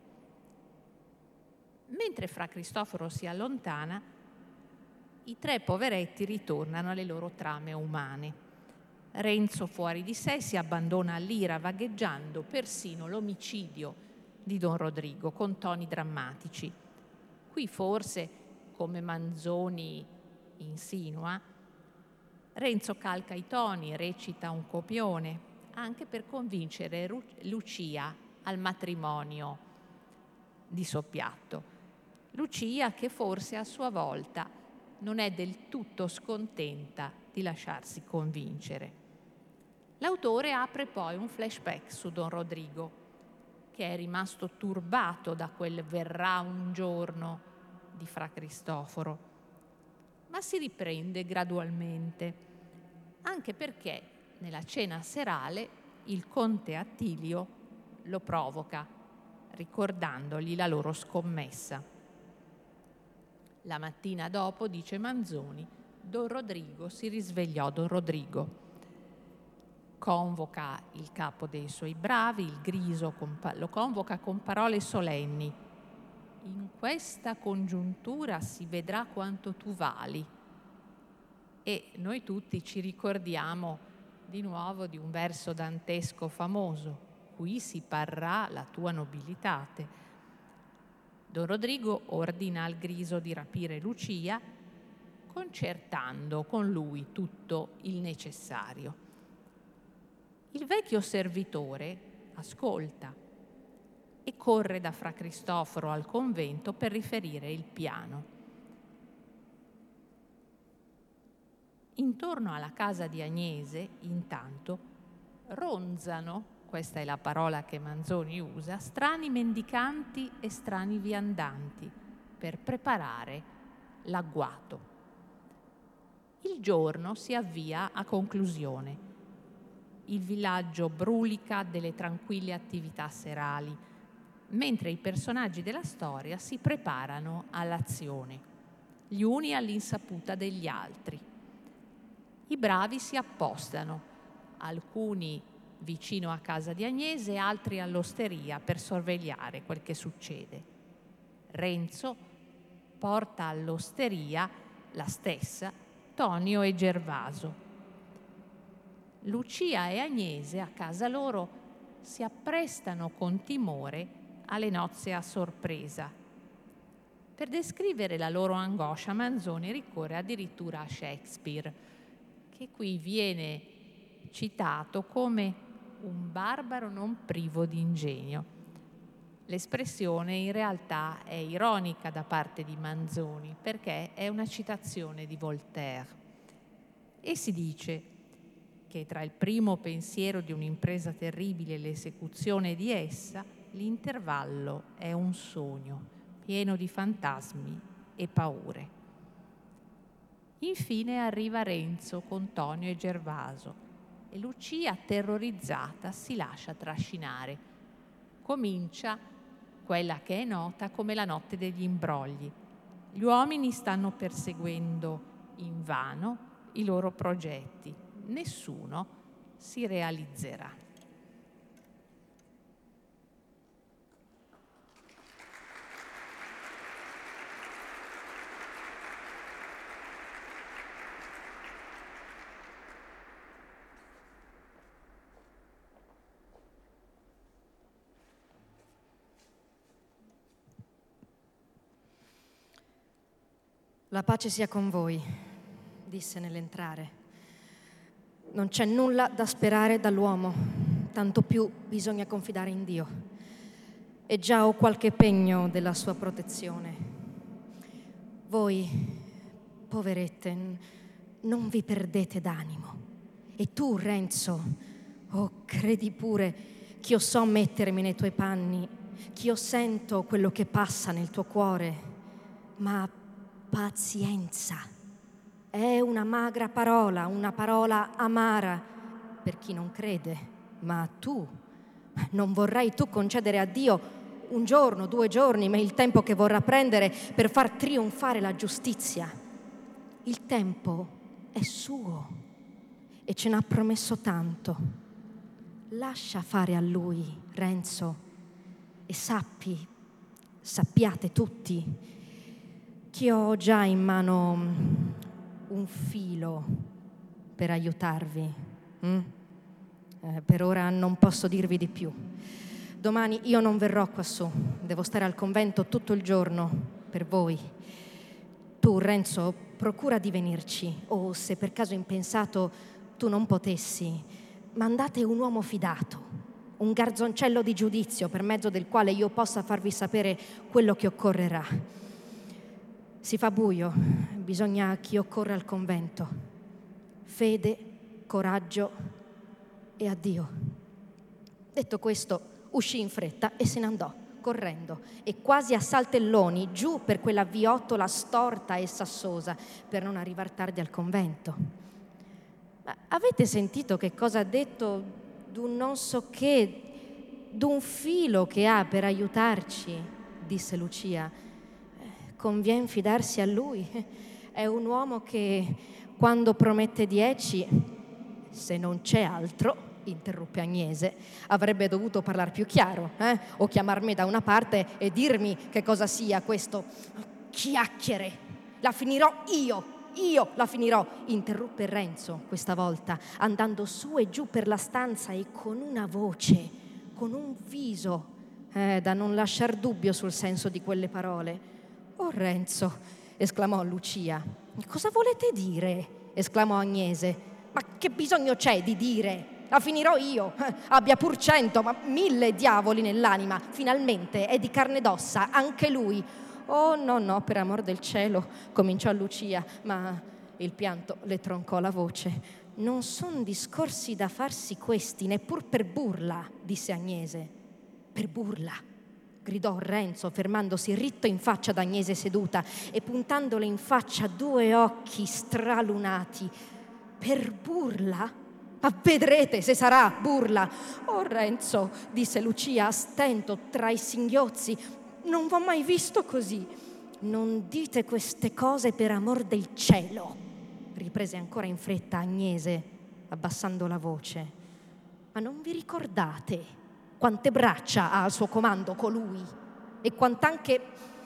Mentre Fra Cristoforo si allontana, i tre poveretti ritornano alle loro trame umane. Renzo, fuori di sé, si abbandona all'ira, vagheggiando persino l'omicidio di Don Rodrigo con toni drammatici. Qui forse, come Manzoni insinua, Renzo calca i toni, recita un copione, anche per convincere Lucia al matrimonio di soppiatto. Lucia che forse a sua volta non è del tutto scontenta di lasciarsi convincere. L'autore apre poi un flashback su Don Rodrigo, che è rimasto turbato da quel verrà un giorno di Fra Cristoforo, ma si riprende gradualmente, anche perché nella cena serale il conte Attilio lo provoca, ricordandogli la loro scommessa. La mattina dopo, dice Manzoni, Don Rodrigo si risvegliò. Don Rodrigo convoca il capo dei suoi bravi, il Griso, lo convoca con parole solenni. In questa congiuntura si vedrà quanto tu vali. E noi tutti ci ricordiamo di nuovo di un verso dantesco famoso: qui si parrà la tua nobilitate. Don Rodrigo ordina al Griso di rapire Lucia, concertando con lui tutto il necessario. Il vecchio servitore ascolta e corre da Fra Cristoforo al convento per riferire il piano. Intorno alla casa di Agnese, intanto, ronzano, questa è la parola che Manzoni usa, strani mendicanti e strani viandanti per preparare l'agguato. Il giorno si avvia a conclusione. Il villaggio brulica delle tranquille attività serali, mentre i personaggi della storia si preparano all'azione, gli uni all'insaputa degli altri. I bravi si appostano, alcuni vicino a casa di Agnese, altri all'osteria per sorvegliare quel che succede. Renzo porta all'osteria la stessa Tonio e Gervaso. Lucia e Agnese a casa loro si apprestano con timore alle nozze a sorpresa. Per descrivere la loro angoscia, Manzoni ricorre addirittura a Shakespeare, che qui viene citato come un barbaro non privo di ingegno. L'espressione in realtà è ironica da parte di Manzoni, perché è una citazione di Voltaire. E si dice che tra il primo pensiero di un'impresa terribile e l'esecuzione di essa, l'intervallo è un sogno, pieno di fantasmi e paure. Infine arriva Renzo con Tonio e Gervaso e Lucia, terrorizzata, si lascia trascinare. Comincia quella che è nota come la notte degli imbrogli. Gli uomini stanno perseguendo invano i loro progetti. Nessuno si realizzerà. La pace sia con voi, disse nell'entrare. Non c'è nulla da sperare dall'uomo, tanto più bisogna confidare in Dio. E già ho qualche pegno della sua protezione. Voi, poverette, non vi perdete d'animo. E tu, Renzo, oh, credi pure che io so mettermi nei tuoi panni, che io sento quello che passa nel tuo cuore, ma pazienza. È una magra parola, una parola amara per chi non crede, ma tu non vorrai tu concedere a Dio un giorno, 2 giorni, ma il tempo che vorrà prendere per far trionfare la giustizia. Il tempo è suo e ce n'ha promesso tanto. Lascia fare a Lui, Renzo, e sappiate tutti, che ho già in mano un filo per aiutarvi. Per ora non posso dirvi di più. Domani io non verrò quassù, devo stare al convento tutto il giorno per voi. Tu, Renzo, procura di venirci, o se per caso impensato tu non potessi, mandate un uomo fidato, un garzoncello di giudizio per mezzo del quale io possa farvi sapere quello che occorrerà. Si fa buio, bisogna che io corra al convento. Fede, coraggio e addio. Detto questo, uscì in fretta e se ne andò, correndo, e quasi a saltelloni giù per quella viottola storta e sassosa per non arrivar tardi al convento. Ma avete sentito che cosa ha detto d'un non so che, d'un filo che ha per aiutarci? Disse Lucia. Convien fidarsi a lui. È un uomo che quando promette 10, se non c'è altro, interruppe Agnese, avrebbe dovuto parlare più chiaro, o chiamarmi da una parte e dirmi che cosa sia questo chiacchiere. La finirò io la finirò, interruppe Renzo questa volta, andando su e giù per la stanza e con una voce, con un viso, da non lasciar dubbio sul senso di quelle parole. Oh, Renzo, esclamò Lucia. Cosa volete dire? Esclamò Agnese. Ma che bisogno c'è di dire? La finirò io, abbia pur 100, ma 1000 diavoli nell'anima. Finalmente è di carne ed ossa, anche lui. Oh no, per amor del cielo, cominciò Lucia, ma il pianto le troncò la voce. Non son discorsi da farsi questi, neppur per burla, disse Agnese. Per burla, gridò Renzo, fermandosi ritto in faccia ad Agnese seduta e puntandole in faccia 2 occhi stralunati. Per burla? Ma vedrete se sarà burla. Oh, Renzo, disse Lucia a stento tra i singhiozzi, non v'ho mai visto così. Non dite queste cose per amor del cielo, riprese ancora in fretta Agnese, abbassando la voce. Ma non vi ricordate quante braccia ha al suo comando colui e quant'anche,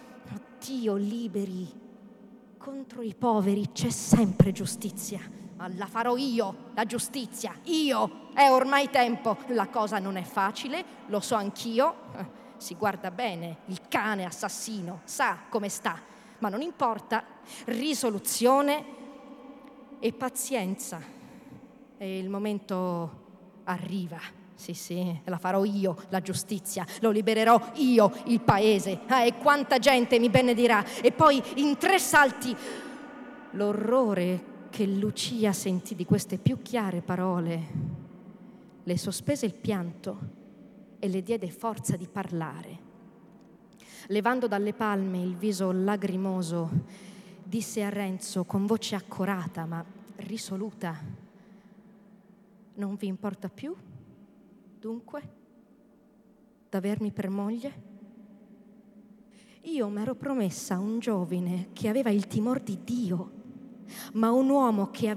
Dio liberi, contro i poveri c'è sempre giustizia. Ma la farò io, la giustizia, io. È ormai tempo. La cosa non è facile, lo so anch'io. Si guarda bene, il cane assassino, sa come sta. Ma non importa, risoluzione e pazienza. E il momento arriva. Sì, la farò io, la giustizia. Lo libererò io, il paese. E quanta gente mi benedirà. E poi in 3 salti l'orrore che Lucia sentì di queste più chiare parole le sospese il pianto e le diede forza di parlare. Levando dalle palme il viso lagrimoso, disse a Renzo con voce accorata ma risoluta: non vi importa più, dunque, d'avermi per moglie? Io m'ero promessa a un giovine che aveva il timor di Dio, ma un uomo che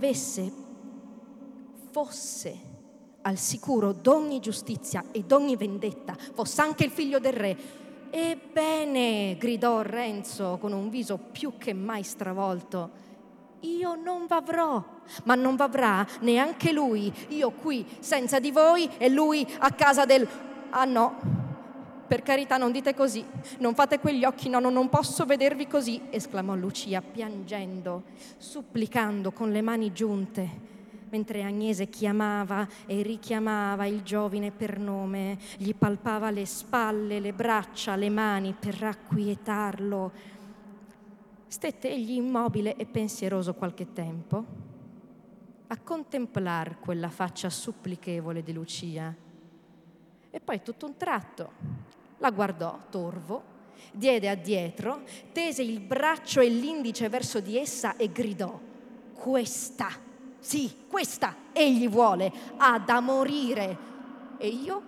fosse al sicuro d'ogni giustizia e d'ogni vendetta, fosse anche il figlio del re. Ebbene, gridò Renzo con un viso più che mai stravolto, io non v'avrò, ma non v'avrà neanche lui, io qui senza di voi e lui a casa del... Ah no, per carità non dite così, non fate quegli occhi, no, non posso vedervi così, esclamò Lucia piangendo, supplicando con le mani giunte, mentre Agnese chiamava e richiamava il giovine per nome, gli palpava le spalle, le braccia, le mani per acquietarlo. Stette egli immobile e pensieroso qualche tempo. a contemplar quella faccia supplichevole di Lucia. E poi tutto un tratto la guardò torvo, diede addietro, tese il braccio e l'indice verso di essa e gridò: questa, sì, questa egli vuole, ha da morire. E io?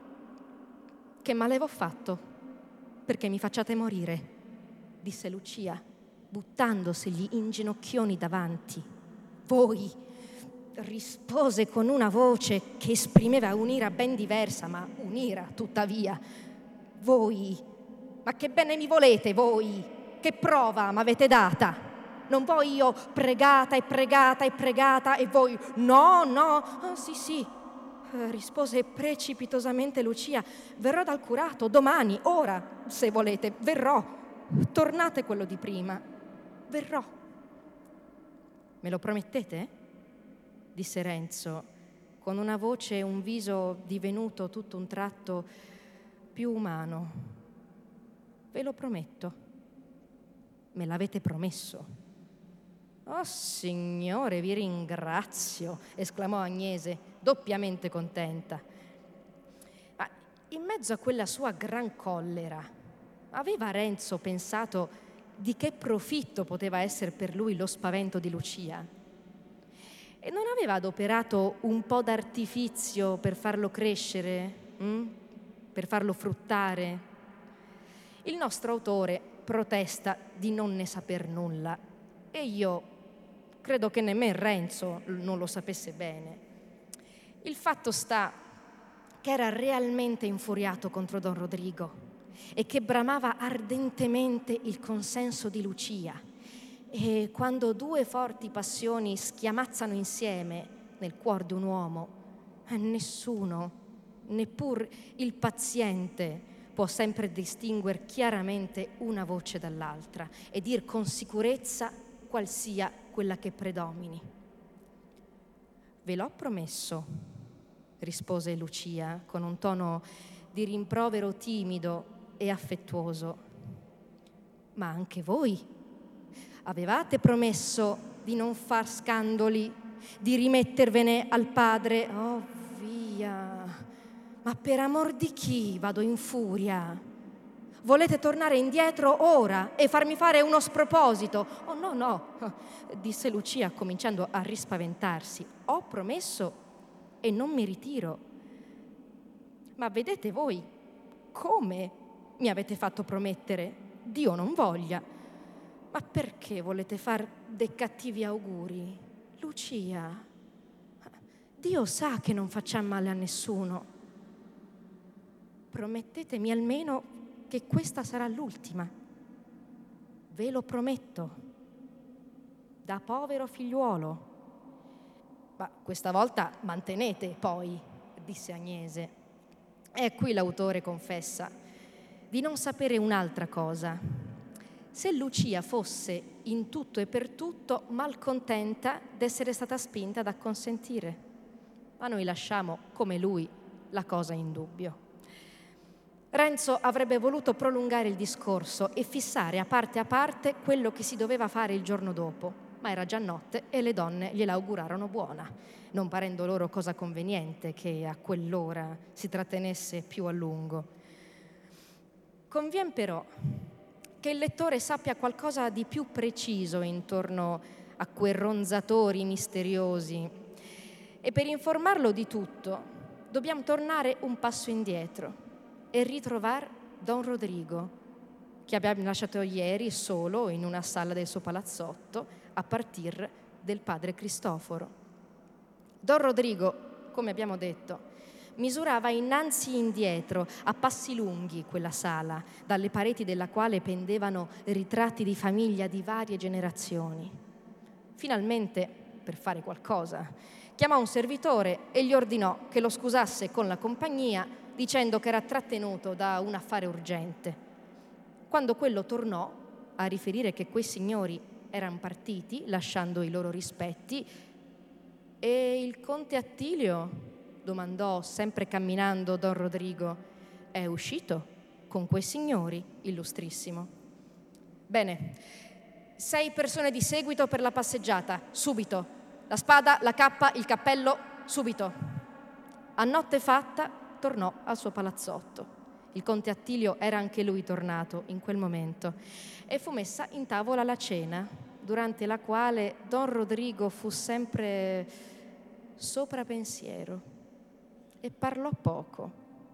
Che male ho fatto perché mi facciate morire? Disse Lucia, buttandosegli in ginocchioni davanti. Voi, rispose con una voce che esprimeva un'ira ben diversa, ma un'ira tuttavia. Voi, ma che bene mi volete voi? Che prova m'avete data? Non voi io pregata e pregata e pregata e voi no, no, sì, rispose precipitosamente Lucia, verrò dal curato domani, ora, se volete, verrò, tornate quello di prima, verrò. Me lo promettete? Disse Renzo, con una voce e un viso divenuto tutto un tratto più umano. Ve lo prometto. Me l'avete promesso. Oh, Signore, vi ringrazio, esclamò Agnese, doppiamente contenta. Ma in mezzo a quella sua gran collera, aveva Renzo pensato di che profitto poteva essere per lui lo spavento di Lucia? E non aveva adoperato un po' d'artifizio per farlo crescere, per farlo fruttare? Il nostro autore protesta di non ne saper nulla e io credo che nemmeno Renzo non lo sapesse bene. Il fatto sta che era realmente infuriato contro Don Rodrigo e che bramava ardentemente il consenso di Lucia. E quando due forti passioni schiamazzano insieme nel cuor di un uomo, nessuno, neppur il paziente, può sempre distinguere chiaramente una voce dall'altra e dir con sicurezza qual sia quella che predomini. Ve l'ho promesso, rispose Lucia con un tono di rimprovero timido e affettuoso. Ma anche voi avevate promesso di non far scandoli, di rimettervene al padre. Oh, via! Ma per amor di chi vado in furia? Volete tornare indietro ora e farmi fare uno sproposito? Oh, no, disse Lucia, cominciando a rispaventarsi. Ho promesso e non mi ritiro. Ma vedete voi come mi avete fatto promettere? Dio non voglia. Ma perché volete far dei cattivi auguri? Lucia, Dio sa che non facciamo male a nessuno. Promettetemi almeno che questa sarà l'ultima. Ve lo prometto. Da povero figliuolo. Ma questa volta mantenete poi, disse Agnese. E qui l'autore confessa di non sapere un'altra cosa. Se Lucia fosse in tutto e per tutto malcontenta d'essere stata spinta ad acconsentire. Ma noi lasciamo, come lui, la cosa in dubbio. Renzo avrebbe voluto prolungare il discorso e fissare a parte quello che si doveva fare il giorno dopo, ma era già notte e le donne gliela augurarono buona, non parendo loro cosa conveniente che a quell'ora si trattenesse più a lungo. Convien però che il lettore sappia qualcosa di più preciso intorno a quei ronzatori misteriosi e per informarlo di tutto dobbiamo tornare un passo indietro e ritrovare Don Rodrigo, che abbiamo lasciato ieri solo in una sala del suo palazzotto a partir del padre Cristoforo. Don Rodrigo, come abbiamo detto, misurava innanzi e indietro, a passi lunghi, quella sala, dalle pareti della quale pendevano ritratti di famiglia di varie generazioni. Finalmente, per fare qualcosa, chiamò un servitore e gli ordinò che lo scusasse con la compagnia, dicendo che era trattenuto da un affare urgente. Quando quello tornò a riferire che quei signori erano partiti, lasciando i loro rispetti, e il conte Attilio, domandò sempre camminando Don Rodrigo, è uscito con quei signori, illustrissimo. Bene, 6 persone di seguito per la passeggiata, subito. La spada, la cappa, il cappello, subito. A notte fatta tornò al suo palazzotto. Il conte Attilio era anche lui tornato in quel momento e fu messa in tavola la cena, durante la quale Don Rodrigo fu sempre sopra pensiero e parlò poco.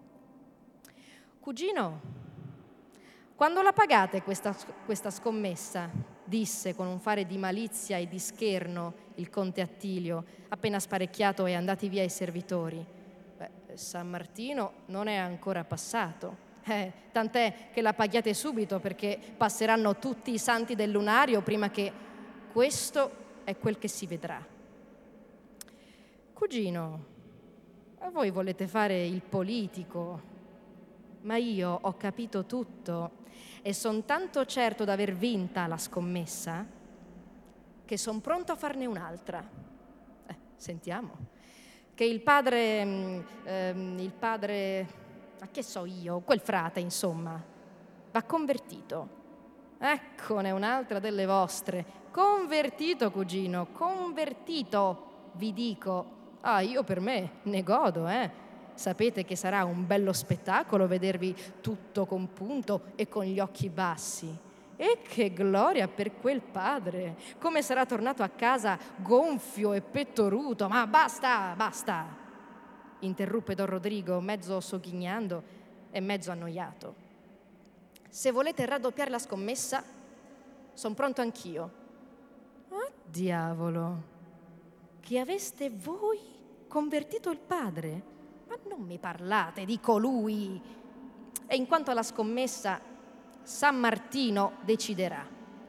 Cugino, quando la pagate questa scommessa? Disse con un fare di malizia e di scherno il conte Attilio, appena sparecchiato e andati via i servitori. San Martino non è ancora passato. Tant'è che la paghiate subito, perché passeranno tutti i santi del lunario prima che... Questo è quel che si vedrà. Cugino, voi volete fare il politico, ma io ho capito tutto e son tanto certo d'aver vinta la scommessa che son pronto a farne un'altra. Sentiamo. Che il padre, ma che so io, quel frate, insomma, va convertito. Eccone un'altra delle vostre. Convertito, cugino, convertito, vi dico. Io per me ne godo, Sapete che sarà un bello spettacolo vedervi tutto compunto e con gli occhi bassi. E che gloria per quel padre! Come sarà tornato a casa gonfio e pettoruto. Ma basta, basta! Interruppe Don Rodrigo, mezzo sogghignando e mezzo annoiato. Se volete raddoppiare la scommessa, son pronto anch'io. Diavolo! Che aveste voi convertito il padre? Ma non mi parlate di colui! E in quanto alla scommessa, San Martino deciderà.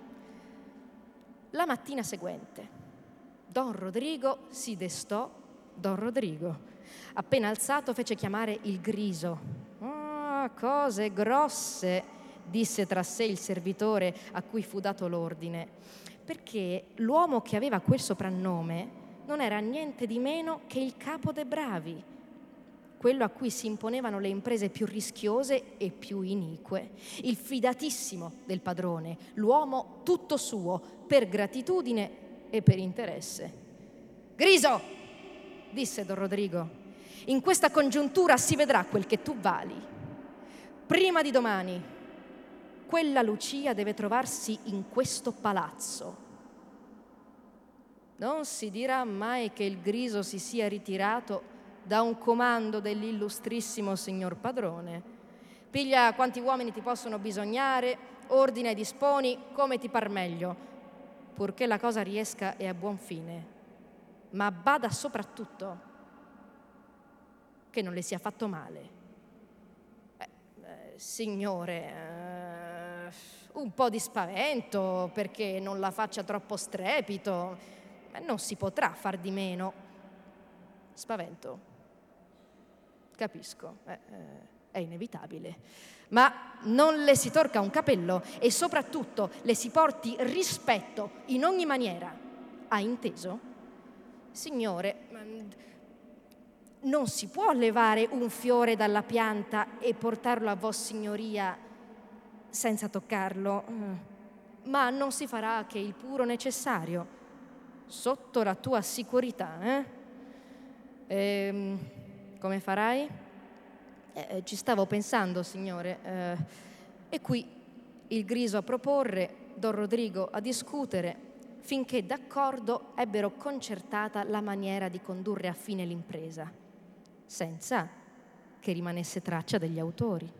La mattina seguente, Don Rodrigo si destò. Don Rodrigo, appena alzato, fece chiamare il Griso. Cose grosse, disse tra sé il servitore a cui fu dato l'ordine, perché l'uomo che aveva quel soprannome non era niente di meno che il capo dei bravi, quello a cui si imponevano le imprese più rischiose e più inique, il fidatissimo del padrone, l'uomo tutto suo, per gratitudine e per interesse. Griso, disse Don Rodrigo, in questa congiuntura si vedrà quel che tu vali. Prima di domani, quella Lucia deve trovarsi in questo palazzo. Non si dirà mai che il Griso si sia ritirato da un comando dell'illustrissimo signor padrone. Piglia quanti uomini ti possono bisognare, ordina e disponi come ti par meglio, purché la cosa riesca e a buon fine. Ma bada soprattutto che non le sia fatto male. Signore, un po' di spavento perché non la faccia troppo strepito, non si potrà far di meno. Spavento. Capisco, è inevitabile, ma non le si torca un capello e soprattutto le si porti rispetto in ogni maniera. Ha inteso? Signore, non si può levare un fiore dalla pianta e portarlo a Vossignoria senza toccarlo, ma non si farà che il puro necessario, sotto la tua sicurezza, Come farai? Ci stavo pensando, signore. E qui il Griso a proporre, Don Rodrigo a discutere, finché d'accordo ebbero concertata la maniera di condurre a fine l'impresa, senza che rimanesse traccia degli autori.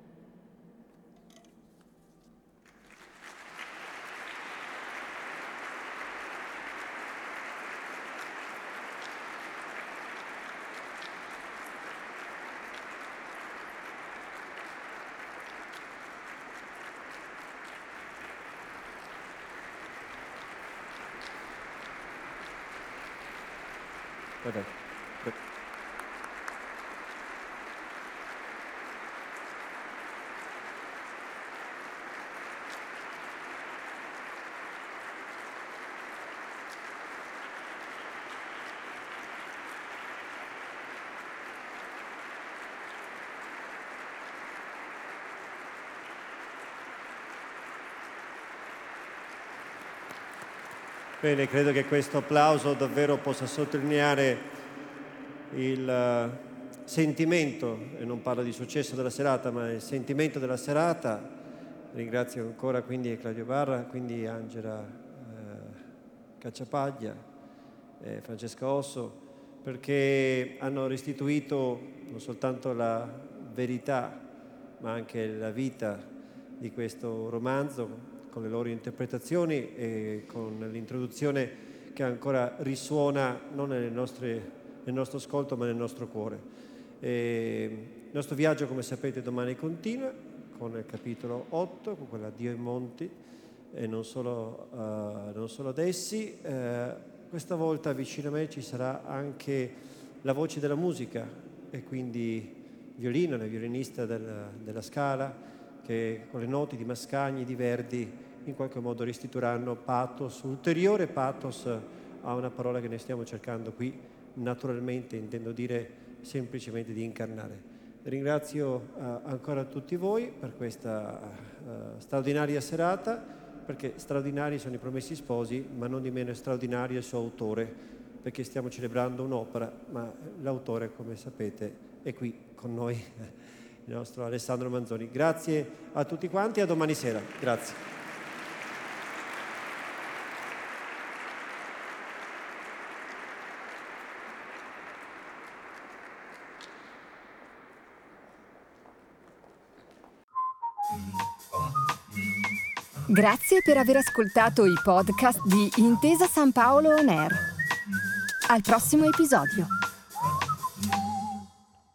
Guarda. Bene, credo che questo applauso davvero possa sottolineare il sentimento, e non parlo di successo della serata, ma il sentimento della serata. Ringrazio ancora quindi Claudio Barra, quindi Angela Cacciapaglia, Francesca Osso, perché hanno restituito non soltanto la verità, ma anche la vita di questo romanzo, con le loro interpretazioni e con l'introduzione che ancora risuona non nel nostro ascolto ma nel nostro cuore. Il nostro viaggio, come sapete, domani continua con il capitolo 8, con quella Dio ai monti, e non solo ad essi. Questa volta vicino a me ci sarà anche la voce della musica e quindi violino, la violinista della Scala, che con le note di Mascagni, di Verdi, in qualche modo restituiranno pathos, ulteriore pathos a una parola che noi stiamo cercando qui, naturalmente, intendo dire semplicemente di incarnare. Ringrazio ancora tutti voi per questa straordinaria serata, perché straordinari sono i Promessi Sposi, ma non di meno è straordinario il suo autore, perché stiamo celebrando un'opera, ma l'autore, come sapete, è qui con noi, il nostro Alessandro Manzoni. Grazie a tutti quanti e a domani sera. Grazie. Grazie per aver ascoltato i podcast di Intesa San Paolo On Air. Al prossimo episodio.